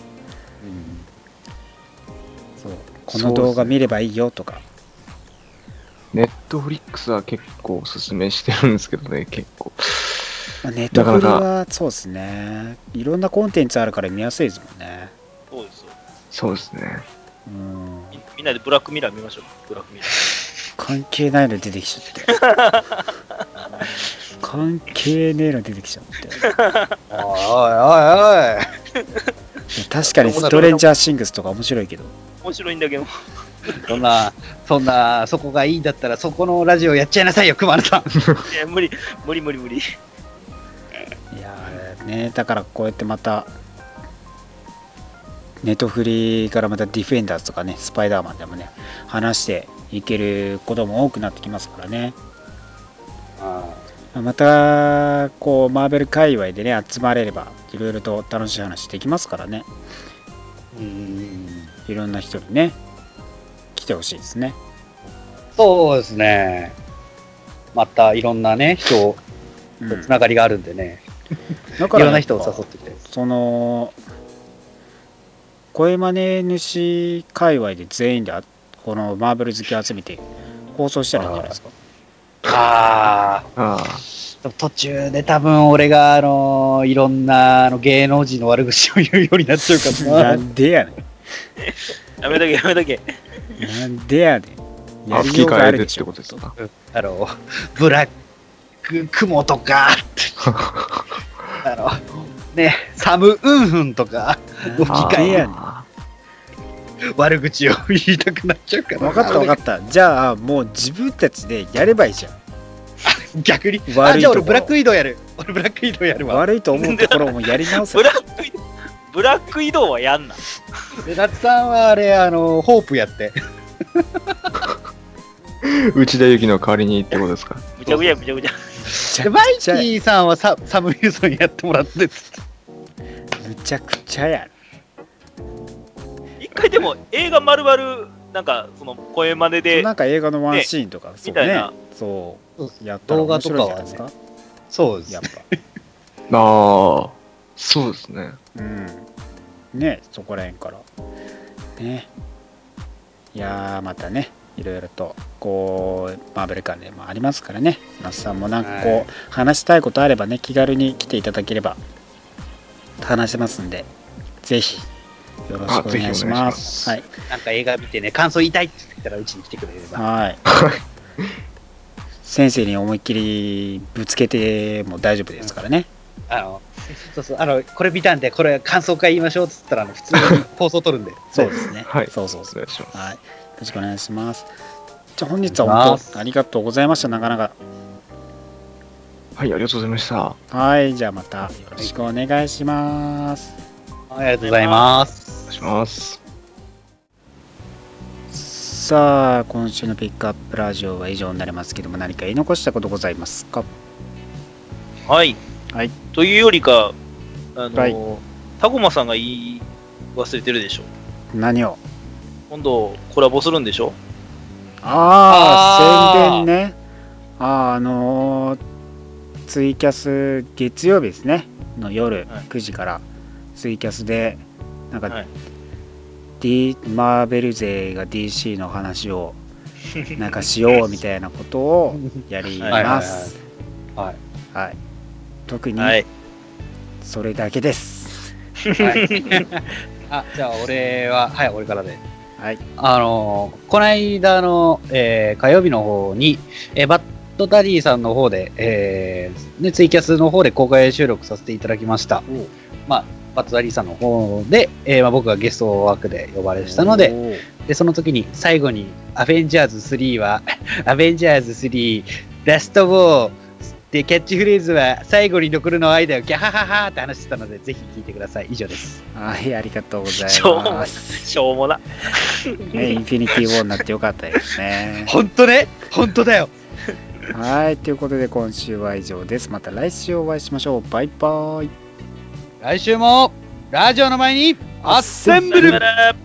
そうこの動画見ればいいよとか。 ネットフリックスは結構おすすめしてるんですけどね、結構。 まあネットフリはそうですね、いろんなコンテンツあるから見やすいですもんね。 そうですよ。 そうですね。 うんみみんなでブラックミラー見ましょう。ブラックミラー。 関係ないの出てきちゃって関係ねえの出てきちゃっておいおいおいおい。 いや確かにストレンジャーシングスとか面白いけど、 面白いんだけど。 そんな、そんな、そこがいいんだったら、そこのラジオやっちゃいなさいよ、熊野さん。 いや無理無理無理無理。 いやーね、だからこうやってまたネットフリからまたディフェンダーズとかね、スパイダーマンでもね話していけることも多くなってきますからね。またこうマーベル界隈でね集まれればいろいろと楽しい話できますからね。 うんいろんな人にね来てほしいですね。 そうですね。またいろんなね、人うんとつながりがあるんでね、 だからいろんな人を誘ってきて。 その声真似主界隈で全員であこのマーベル好き集めて放送したらいいんじゃないですか。 あああ、途中で多分俺が、あのーいろんなあの芸能人の悪口を言うようになっちゃうかならな。 んでやねやめとけやめとけ。 ん。なんでやねん。 あ。 やりようが吹き替えでっあるでしてょ。 ことですか？ あの、ブラック雲とか、あの、ね、サムウンフンとか、吹きなん替えでやねん。 悪口を言いたくなっちゃうから。 分かった分かった。じゃあもう自分たちでやればいいじゃん。 逆に。 悪いところあ、じゃあ俺ブラック移動やる。俺ブラック移動やるわ。 悪いと思うところもやり直せブ。ラック移動ブラック移動はやんな。 で、夏さんはあれ、あの、ホープやって。 内田有紀の代わりにってことですか？ むちゃくちゃむちゃくちゃ。 で、マイキーさんはササム・ウィルソンやってもらって。 むちゃくちゃやる。 一回でも映画丸々、なんかその声真似で、 なんか映画のワンシーンとか、そうねみたいな、 そうやったら面白いじゃないですか。 そうです。 やっぱ。 ああ、そうですね。 うん。ね、そこら辺から。ね。いやー、またね、いろいろと、こう、マーベル関連もありますからね。那須さんもなんかこう、 はい話したいことあればね、気軽に来ていただければ、話せますんで、ぜひ、よろしくお願いします。はい。 なんか映画見てね、感想言いたいって言ったらうちに来てくれれば。 はい。先生に思いっきりぶつけても大丈夫ですからね。 あの、そうそう、あの、これ見たんで、これ感想会言いましょうっつったら、あの普通に放送取るんで。 そうですね。 はい。 そうそうそう。 お願いします。 はい。よろしくお願いします。じゃあ本日は本当ありがとうございました。なかなか。 はい、ありがとうございました。 はい。じゃあまたよろしくお願いします。 はい、ありがとうございます。 お願いします。 さあ、今週のピックアップラジオは以上になりますけども、何か言い残したことございますか？ はい。 はい。 というよりか、あの、 はいタコマさんが言い忘れてるでしょ。 何を？ 今度コラボするんでしょ。 ああ、宣伝ね。ああ、あのーツイキャス月曜日ですねの夜はいくじからツイキャスでなんか、 はい D、マーベル勢が ディーシー の話をなんかしようみたいなことをやります。 はい。 はい。特にはい。 それだけです。 はい。あ、じゃあ俺は、はい、俺からで。 はい。 あのー、この間の、えー火曜日の方に、えーバッドダディさんの方で、えーね、ツイキャスの方で公開収録させていただきました。まあ、バッドダディさんの方で、えーまあ、僕がゲスト枠で呼ばれしたので、 おー、 で、その時に最後に、アベンジャーズスリーは、アベンジャーズスリー、ラストウォーで、キャッチフレーズは、最後に残るの愛だよ、ギャハハハって話してたので、ぜひ聞いてください。以上です。 はい、ありがとうございしょうもな。 ます。 しょうもな。 ね、インフィニティ・ウォーになってよかったですね。 ほんとね、ほんとだよ。 はい、ということで今週は以上です。また来週お会いしましょう。バイバイ。 来週も、ラジオの前に、アッセンブルさよなら